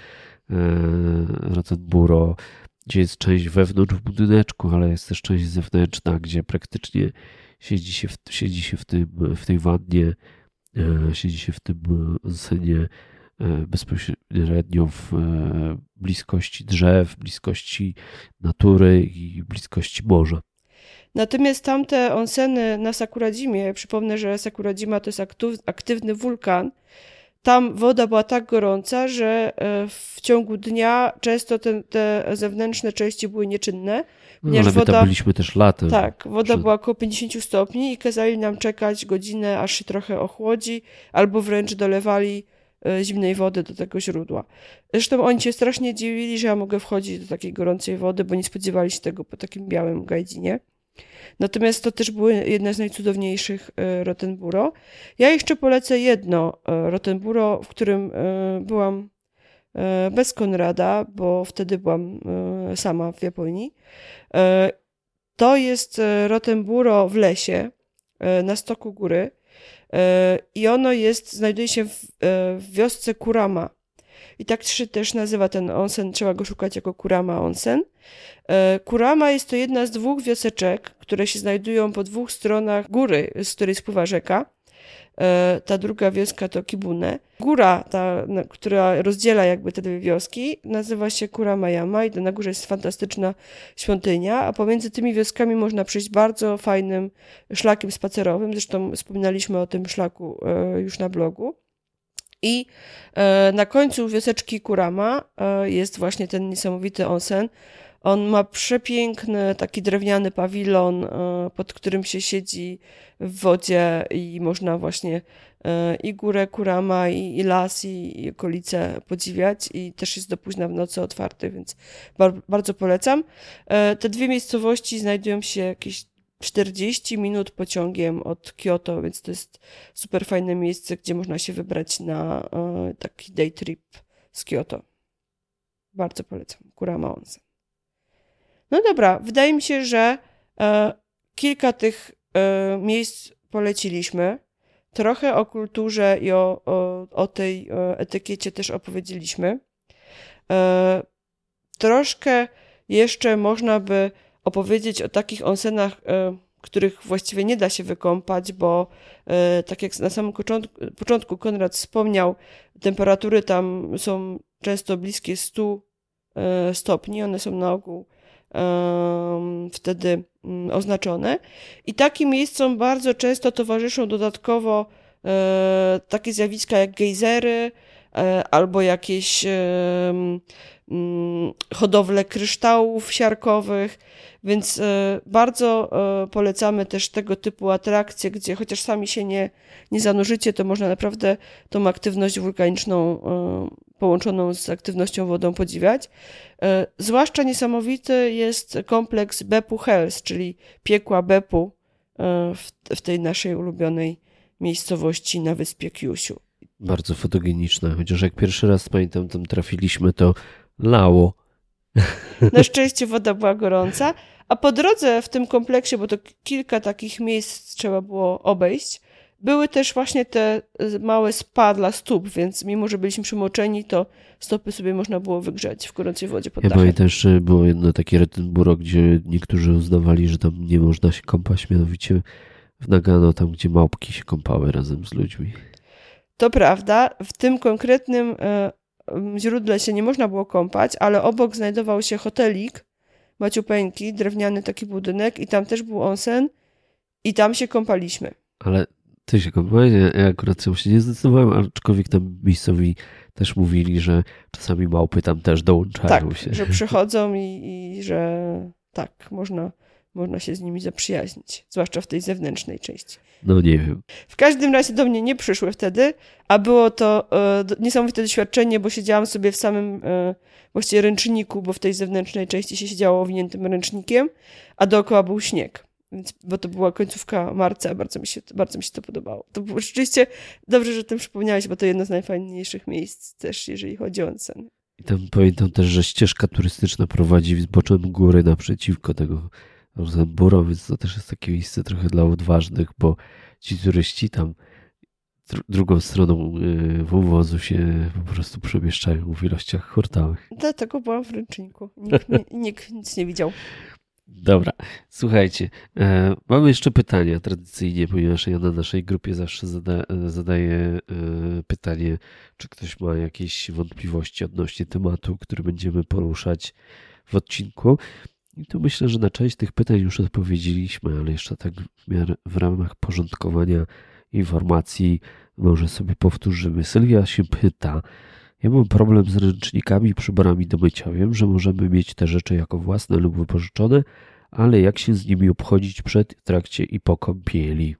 e, Rottenburo, gdzie jest część wewnątrz w budyneczku, ale jest też część zewnętrzna, gdzie praktycznie siedzi się w, siedzi się w, tym, w tej wannie, e, siedzi się w tym onsenie e, bezpośrednio w e, bliskości drzew, bliskości natury i bliskości morza. Natomiast tamte onseny na Sakurajimie, przypomnę, że Sakurajima to jest aktywny wulkan, tam woda była tak gorąca, że w ciągu dnia często te, te zewnętrzne części były nieczynne. No, ale my woda, tam byliśmy też latem. Tak, woda była około pięćdziesiąt stopni i kazali nam czekać godzinę, aż się trochę ochłodzi, albo wręcz dolewali zimnej wody do tego źródła. Zresztą oni się strasznie dziwili, że ja mogę wchodzić do takiej gorącej wody, bo nie spodziewali się tego po takim białym gajdzinie. Natomiast to też były jedne z najcudowniejszych Rottenburo. Ja jeszcze polecę jedno Rottenburo, w którym byłam bez Konrada, bo wtedy byłam sama w Japonii. To jest Rottenburo w lesie, na stoku góry i ono jest, znajduje się w, w wiosce Kurama. I tak się też nazywa ten onsen, trzeba go szukać jako Kurama Onsen. Kurama jest to jedna z dwóch wioseczek, które się znajdują po dwóch stronach góry, z której spływa rzeka. Ta druga wioska to Kibune. Góra, ta, która rozdziela jakby te dwie wioski, nazywa się Kurama-yama i na górze jest fantastyczna świątynia, a pomiędzy tymi wioskami można przejść bardzo fajnym szlakiem spacerowym. Zresztą wspominaliśmy o tym szlaku już na blogu. I na końcu wioseczki Kurama jest właśnie ten niesamowity onsen. On ma przepiękny taki drewniany pawilon, pod którym się siedzi w wodzie i można właśnie i górę Kurama, i, i las, i, i okolice podziwiać. I też jest do późna w nocy otwarty, więc bar- bardzo polecam. Te dwie miejscowości znajdują się jakieś czterdzieści minut pociągiem od Kyoto, więc to jest super fajne miejsce, gdzie można się wybrać na taki day trip z Kyoto. Bardzo polecam. Kurama Onsen. No dobra, wydaje mi się, że e, kilka tych e, miejsc poleciliśmy. Trochę o kulturze i o, o, o tej e, etykiecie też opowiedzieliśmy. E, troszkę jeszcze można by opowiedzieć o takich onsenach, e, których właściwie nie da się wykąpać, bo e, tak jak na samym początku, początku Konrad wspomniał, temperatury tam są często bliskie stu e, stopni, one są na ogół e, wtedy m, oznaczone i takim miejscom bardzo często towarzyszą dodatkowo e, takie zjawiska jak gejzery e, albo jakieś e, m, hodowle kryształów siarkowych, więc e, bardzo e, polecamy też tego typu atrakcje, gdzie chociaż sami się nie, nie zanurzycie, to można naprawdę tą aktywność wulkaniczną e, połączoną z aktywnością wodą podziwiać. E, zwłaszcza niesamowity jest kompleks Beppu Hells, czyli piekła Beppu e, w, w tej naszej ulubionej miejscowości na wyspie Kyushu. Bardzo fotogeniczne, chociaż jak pierwszy raz pamiętam tam trafiliśmy, to lało. Na szczęście woda była gorąca, a po drodze w tym kompleksie, bo to kilka takich miejsc trzeba było obejść, były też właśnie te małe spa dla stóp, więc mimo, że byliśmy przymoczeni, to stopy sobie można było wygrzać w gorącej wodzie pod ja dachem. pamiętam, że było jedno takie Rettenburo, gdzie niektórzy uznawali, że tam nie można się kąpać, mianowicie w Nagano, tam gdzie małpki się kąpały razem z ludźmi. To prawda, w tym konkretnym e, źródle się nie można było kąpać, ale obok znajdował się hotelik maciupeńki, drewniany taki budynek i tam też był onsen i tam się kąpaliśmy. Ale ty się kąpałeś? Ja akurat się nie zdecydowałem, aczkolwiek tam miejscowi też mówili, że czasami małpy tam też dołączają tak, się. że przychodzą i, i że tak, można, można się z nimi zaprzyjaźnić, zwłaszcza w tej zewnętrznej części. No nie wiem. W każdym razie do mnie nie przyszły wtedy, a było to e, niesamowite doświadczenie, bo siedziałam sobie w samym e, właściwie ręczniku, bo w tej zewnętrznej części się siedziało owiniętym ręcznikiem, a dookoła był śnieg. Więc, bo to była końcówka marca, bardzo mi się, bardzo mi się to podobało. To było rzeczywiście dobrze, że o tym przypomniałeś, bo to jedno z najfajniejszych miejsc też, jeżeli chodzi o onsen. I tam pamiętam też, że ścieżka turystyczna prowadzi zboczem góry naprzeciwko tego Rettenburo, więc to też jest takie miejsce trochę dla odważnych, bo ci turyści tam dr- drugą stroną y, wąwozu się po prostu przemieszczają w ilościach hurtowych. Dlatego byłam w ręczniku. Nikt, nie, nikt nic nie widział. Dobra, słuchajcie, e, mamy jeszcze pytania tradycyjnie, ponieważ ja na naszej grupie zawsze zada, zadaję e, pytanie, czy ktoś ma jakieś wątpliwości odnośnie tematu, który będziemy poruszać w odcinku. I tu myślę, że na część tych pytań już odpowiedzieliśmy, ale jeszcze tak w, miarę, w ramach porządkowania informacji może sobie powtórzymy. Sylwia się pyta, ja mam problem z ręcznikami i przyborami do mycia. Wiem, że możemy mieć te rzeczy jako własne lub wypożyczone, ale jak się z nimi obchodzić przed, w trakcie i po kąpieli?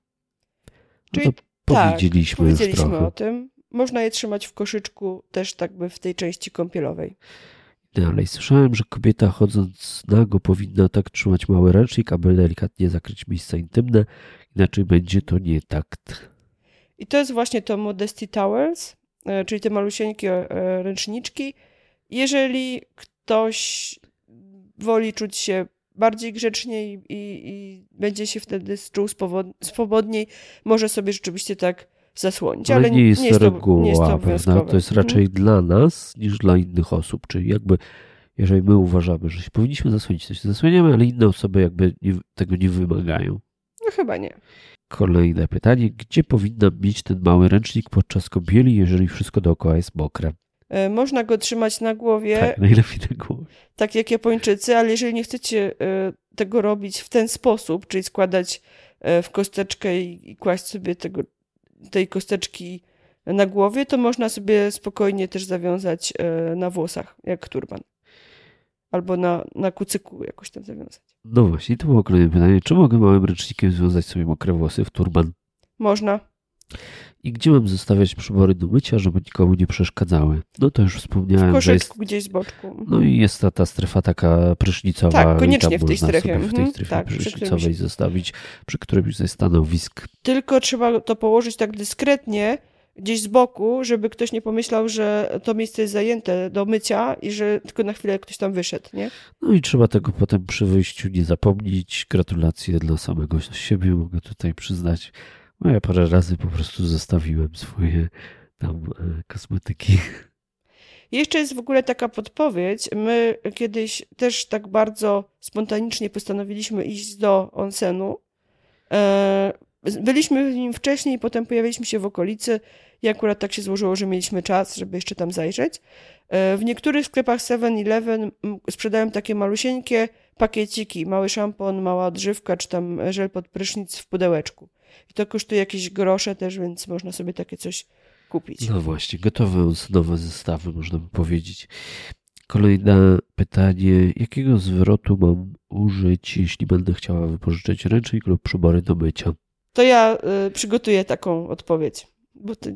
No Czyli to powiedzieliśmy, tak, powiedzieliśmy już trochę. o tym. Można je trzymać w koszyczku też tak by w tej części kąpielowej. Dalej, słyszałem, że kobieta chodząc nago powinna tak trzymać mały ręcznik, aby delikatnie zakryć miejsca intymne, inaczej będzie to nie takt. I to jest właśnie to Modesty Towels, czyli te malusieńkie ręczniczki. Jeżeli ktoś woli czuć się bardziej grzecznie i, i, i będzie się wtedy czuł swobodniej, może sobie rzeczywiście tak zasłonić. Ale, ale nie jest, nie jest to reguła, nie jest to prawda? To jest raczej mhm. dla nas niż dla innych osób. Czyli jakby, jeżeli my uważamy, że się powinniśmy zasłonić, to się zasłaniamy, ale inne osoby jakby nie, tego nie wymagają. No chyba nie. Kolejne pytanie. Gdzie powinna mieć ten mały ręcznik podczas kąpieli, jeżeli wszystko dookoła jest mokre? Można go trzymać na głowie. Tak, najlepiej na głowie. Tak jak Japończycy, ale jeżeli nie chcecie tego robić w ten sposób, czyli składać w kosteczkę i kłaść sobie tego, tej kosteczki na głowie, to można sobie spokojnie też zawiązać na włosach, jak turban. Albo na, na kucyku jakoś tam zawiązać. No właśnie, to było kolejne pytanie. Czy mogę małym ręcznikiem związać sobie mokre włosy w turban? Można. I gdzie mam zostawiać przybory do mycia, żeby nikomu nie przeszkadzały? No to już wspomniałem, w koszyczku, że jest... gdzieś z boczku. No i jest ta, ta strefa taka prysznicowa. Tak, koniecznie i tam w tej strefie. Sobie w tej strefie tak, prysznicowej przy zostawić przy którymś ze stanowisk. Tylko trzeba to położyć tak dyskretnie, gdzieś z boku, żeby ktoś nie pomyślał, że to miejsce jest zajęte do mycia i że tylko na chwilę ktoś tam wyszedł, nie? No i trzeba tego potem przy wyjściu nie zapomnieć. Gratulacje dla samego siebie mogę tutaj przyznać. No ja parę razy po prostu zostawiłem swoje tam kosmetyki. Jeszcze jest w ogóle taka podpowiedź. My kiedyś też tak bardzo spontanicznie postanowiliśmy iść do onsenu. Byliśmy w nim wcześniej, potem pojawiliśmy się w okolicy i akurat tak się złożyło, że mieliśmy czas, żeby jeszcze tam zajrzeć. W niektórych sklepach seven eleven sprzedają takie malusieńkie pakieciki, mały szampon, mała odżywka, czy tam żel pod prysznic w pudełeczku. I to kosztuje jakieś grosze też, więc można sobie takie coś kupić. No właśnie, gotowe nowe zestawy, można by powiedzieć. Kolejne pytanie. Jakiego zwrotu mam użyć, jeśli będę chciała wypożyczyć ręcznik lub przybory do mycia? To ja y, przygotuję taką odpowiedź. Bo ty...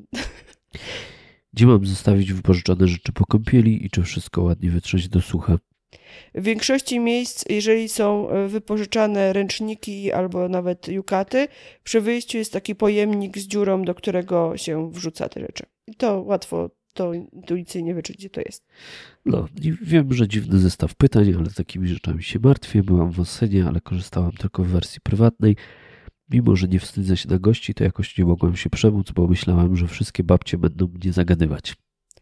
Gdzie mam zostawić wypożyczone rzeczy po kąpieli i czy wszystko ładnie wytrzeć do sucha? W większości miejsc, jeżeli są wypożyczane ręczniki albo nawet jukaty, przy wyjściu jest taki pojemnik z dziurą, do którego się wrzuca te rzeczy. I to łatwo, to intuicyjnie wyczuć, gdzie to jest. No, wiem, że dziwny zestaw pytań, ale takimi rzeczami się martwię. Byłam w Onsenie, ale korzystałam tylko w wersji prywatnej. Mimo że nie wstydzę się na gości, to jakoś nie mogłam się przemóc, bo myślałam, że wszystkie babcie będą mnie zagadywać.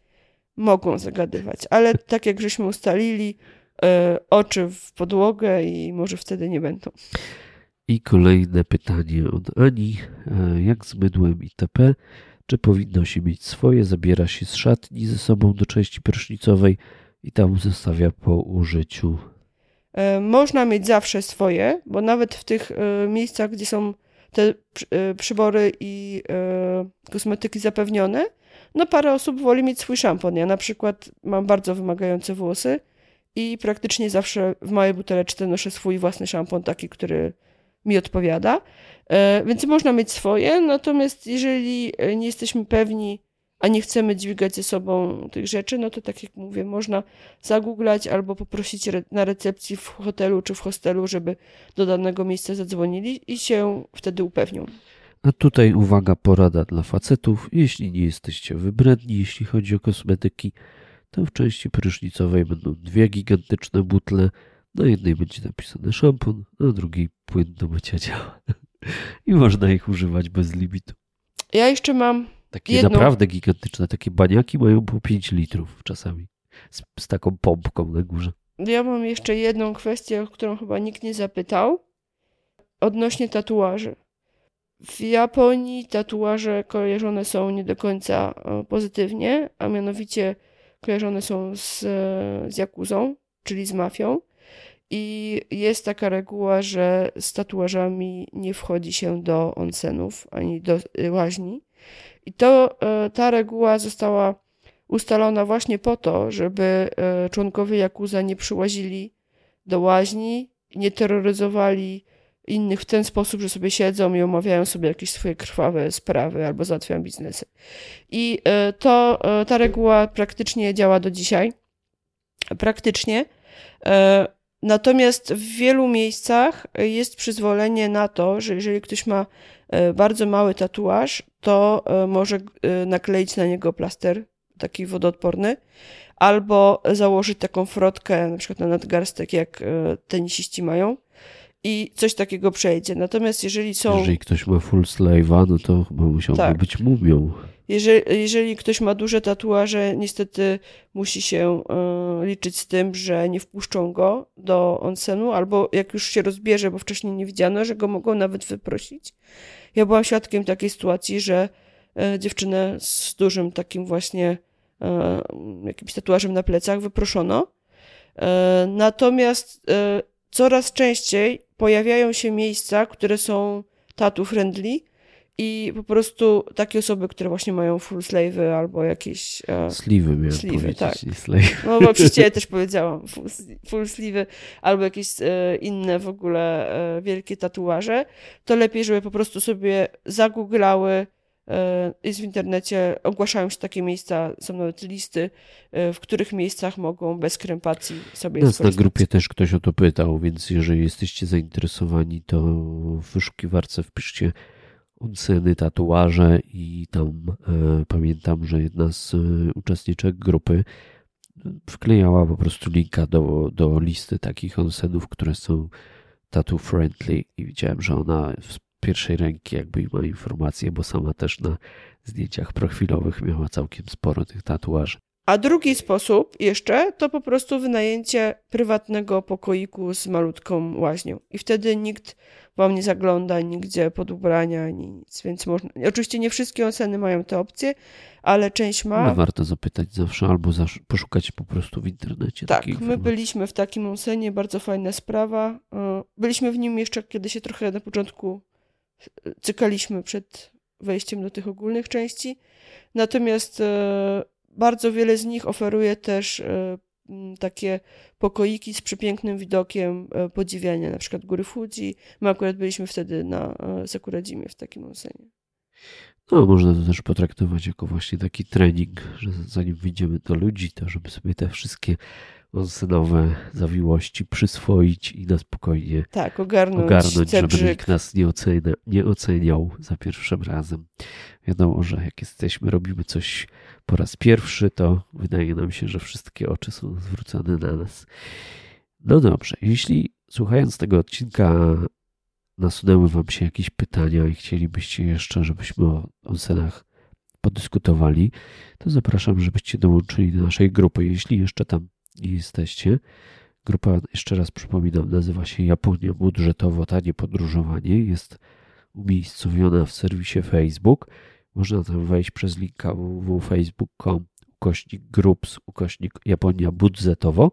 Mogą zagadywać, ale tak jak żeśmy ustalili, e, oczy w podłogę i może wtedy nie będą. I kolejne pytanie od Ani. E, jak z mydłem itp.? Czy powinno się mieć swoje? Zabiera się z szatni ze sobą do części prysznicowej i tam zostawia po użyciu. E, można mieć zawsze swoje, bo nawet w tych e, miejscach, gdzie są te e, przybory i e, kosmetyki zapewnione, no parę osób woli mieć swój szampon. Ja na przykład mam bardzo wymagające włosy i praktycznie zawsze w małej buteleczce noszę swój własny szampon, taki, który mi odpowiada. E, więc można mieć swoje, natomiast jeżeli nie jesteśmy pewni, a nie chcemy dźwigać ze sobą tych rzeczy, no to tak jak mówię, można zagooglać albo poprosić re- na recepcji w hotelu czy w hostelu, żeby do danego miejsca zadzwonili i się wtedy upewnią. A tutaj uwaga, porada dla facetów. Jeśli nie jesteście wybredni, jeśli chodzi o kosmetyki, to w części prysznicowej będą dwie gigantyczne butle. Na jednej będzie napisane szampon, na drugiej płyn do mycia ciała. I można ich używać bez limitu. Ja jeszcze mam Takie jedną... naprawdę gigantyczne, takie baniaki mają po pięć litrów czasami. Z, z taką pompką na górze. Ja mam jeszcze jedną kwestię, o którą chyba nikt nie zapytał. Odnośnie tatuaży. W Japonii tatuaże kojarzone są nie do końca pozytywnie, a mianowicie kojarzone są z, z jakuzą, czyli z mafią. I jest taka reguła, że z tatuażami nie wchodzi się do onsenów ani do łaźni. I to ta reguła została ustalona właśnie po to, żeby członkowie jakuza nie przyłazili do łaźni, nie terroryzowali innych w ten sposób, że sobie siedzą i omawiają sobie jakieś swoje krwawe sprawy albo załatwiają biznesy. I to, ta reguła praktycznie działa do dzisiaj. Praktycznie. Natomiast w wielu miejscach jest przyzwolenie na to, że jeżeli ktoś ma bardzo mały tatuaż, to może nakleić na niego plaster taki wodoodporny albo założyć taką frotkę na przykład na nadgarstek, jak tenisiści mają i coś takiego przejdzie. Natomiast jeżeli są... Jeżeli ktoś ma full slave'a, no to chyba musiałby tak. być mumią. Jeżeli, jeżeli ktoś ma duże tatuaże, niestety musi się y, liczyć z tym, że nie wpuszczą go do onsenu, albo jak już się rozbierze, bo wcześniej nie widziano, że go mogą nawet wyprosić. Ja byłam świadkiem takiej sytuacji, że y, dziewczynę z dużym takim właśnie y, jakimś tatuażem na plecach wyproszono. Y, natomiast y, coraz częściej pojawiają się miejsca, które są tattoo friendly, i po prostu takie osoby, które właśnie mają full sleeve'y albo jakieś... E, Sleeve'y miałem sleeve'y, powiedzieć, tak. nie sleeve. No bo przecież ja też powiedziałam. Full, full sleeve'y albo jakieś e, inne w ogóle e, wielkie tatuaże. To lepiej, żeby po prostu sobie zagooglały. E, jest w internecie, ogłaszają się takie miejsca, są nawet listy, e, w których miejscach mogą bez krępacji sobie Nas skorzystać. na grupie też ktoś o to pytał, więc jeżeli jesteście zainteresowani, to w wyszukiwarce wpiszcie onseny, tatuaże i tam e, pamiętam, że jedna z e, uczestniczek grupy wklejała po prostu linka do, do listy takich onsenów, które są tattoo friendly i widziałem, że ona z pierwszej ręki jakby ma informacje, bo sama też na zdjęciach profilowych miała całkiem sporo tych tatuaży. A drugi sposób jeszcze to po prostu wynajęcie prywatnego pokoiku z malutką łaźnią. I wtedy nikt wam nie zagląda nigdzie pod ubrania, ani nic. Więc można. Oczywiście nie wszystkie onseny mają te opcje, ale część ma. No warto zapytać zawsze albo zawsze poszukać po prostu w internecie. Tak, my byliśmy w takim onsenie, bardzo fajna sprawa. Byliśmy w nim jeszcze, kiedy się trochę na początku cykaliśmy przed wejściem do tych ogólnych części. Natomiast bardzo wiele z nich oferuje też takie pokoiki z przepięknym widokiem podziwiania, na przykład góry Fuji. My akurat byliśmy wtedy na Sakuradzimie w takim onsenie. No, można to też potraktować jako właśnie taki trening, że zanim wyjdziemy do ludzi, to żeby sobie te wszystkie onsenowe zawiłości przyswoić i na spokojnie tak, ogarnąć, ogarnąć żeby cebrzyk. nikt nas nie, ocenia, nie oceniał za pierwszym razem. Wiadomo, że jak jesteśmy, robimy coś po raz pierwszy, to wydaje nam się, że wszystkie oczy są zwrócone na nas. No dobrze, jeśli słuchając tego odcinka nasunęły wam się jakieś pytania i chcielibyście jeszcze, żebyśmy o onsenach podyskutowali, to zapraszam, żebyście dołączyli do naszej grupy. Jeśli jeszcze tam nie jesteście, grupa, jeszcze raz przypominam, nazywa się Japonia Budżetowo Tanie Podróżowanie. Jest umiejscowiona w serwisie Facebook. Można tam wejść przez linka w w w kropka facebook kropka com ukośnik groups ukośnik Japonia Budżetowo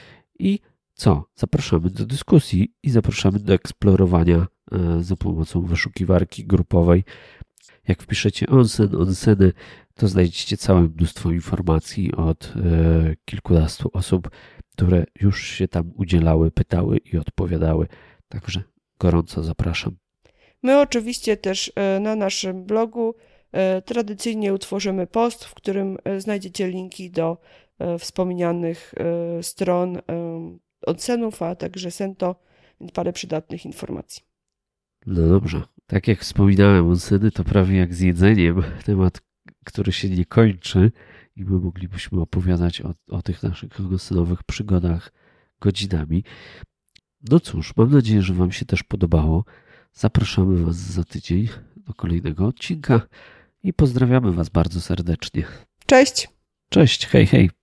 i co? Zapraszamy do dyskusji i zapraszamy do eksplorowania za pomocą wyszukiwarki grupowej. Jak wpiszecie onsen, onseny, to znajdziecie całe mnóstwo informacji od e, kilkunastu osób, które już się tam udzielały, pytały i odpowiadały. Także gorąco zapraszam. My oczywiście też e, na naszym blogu e, tradycyjnie utworzymy post, w którym e, znajdziecie linki do e, wspomnianych e, stron e, onsenów, a także Sento, parę przydatnych informacji. No dobrze. Tak jak wspominałem, onseny to prawie jak z jedzeniem. Temat, który się nie kończy i my moglibyśmy opowiadać o, o tych naszych onsenowych przygodach godzinami. No cóż, mam nadzieję, że wam się też podobało. Zapraszamy was za tydzień do kolejnego odcinka i pozdrawiamy was bardzo serdecznie. Cześć! Cześć, hej, hej!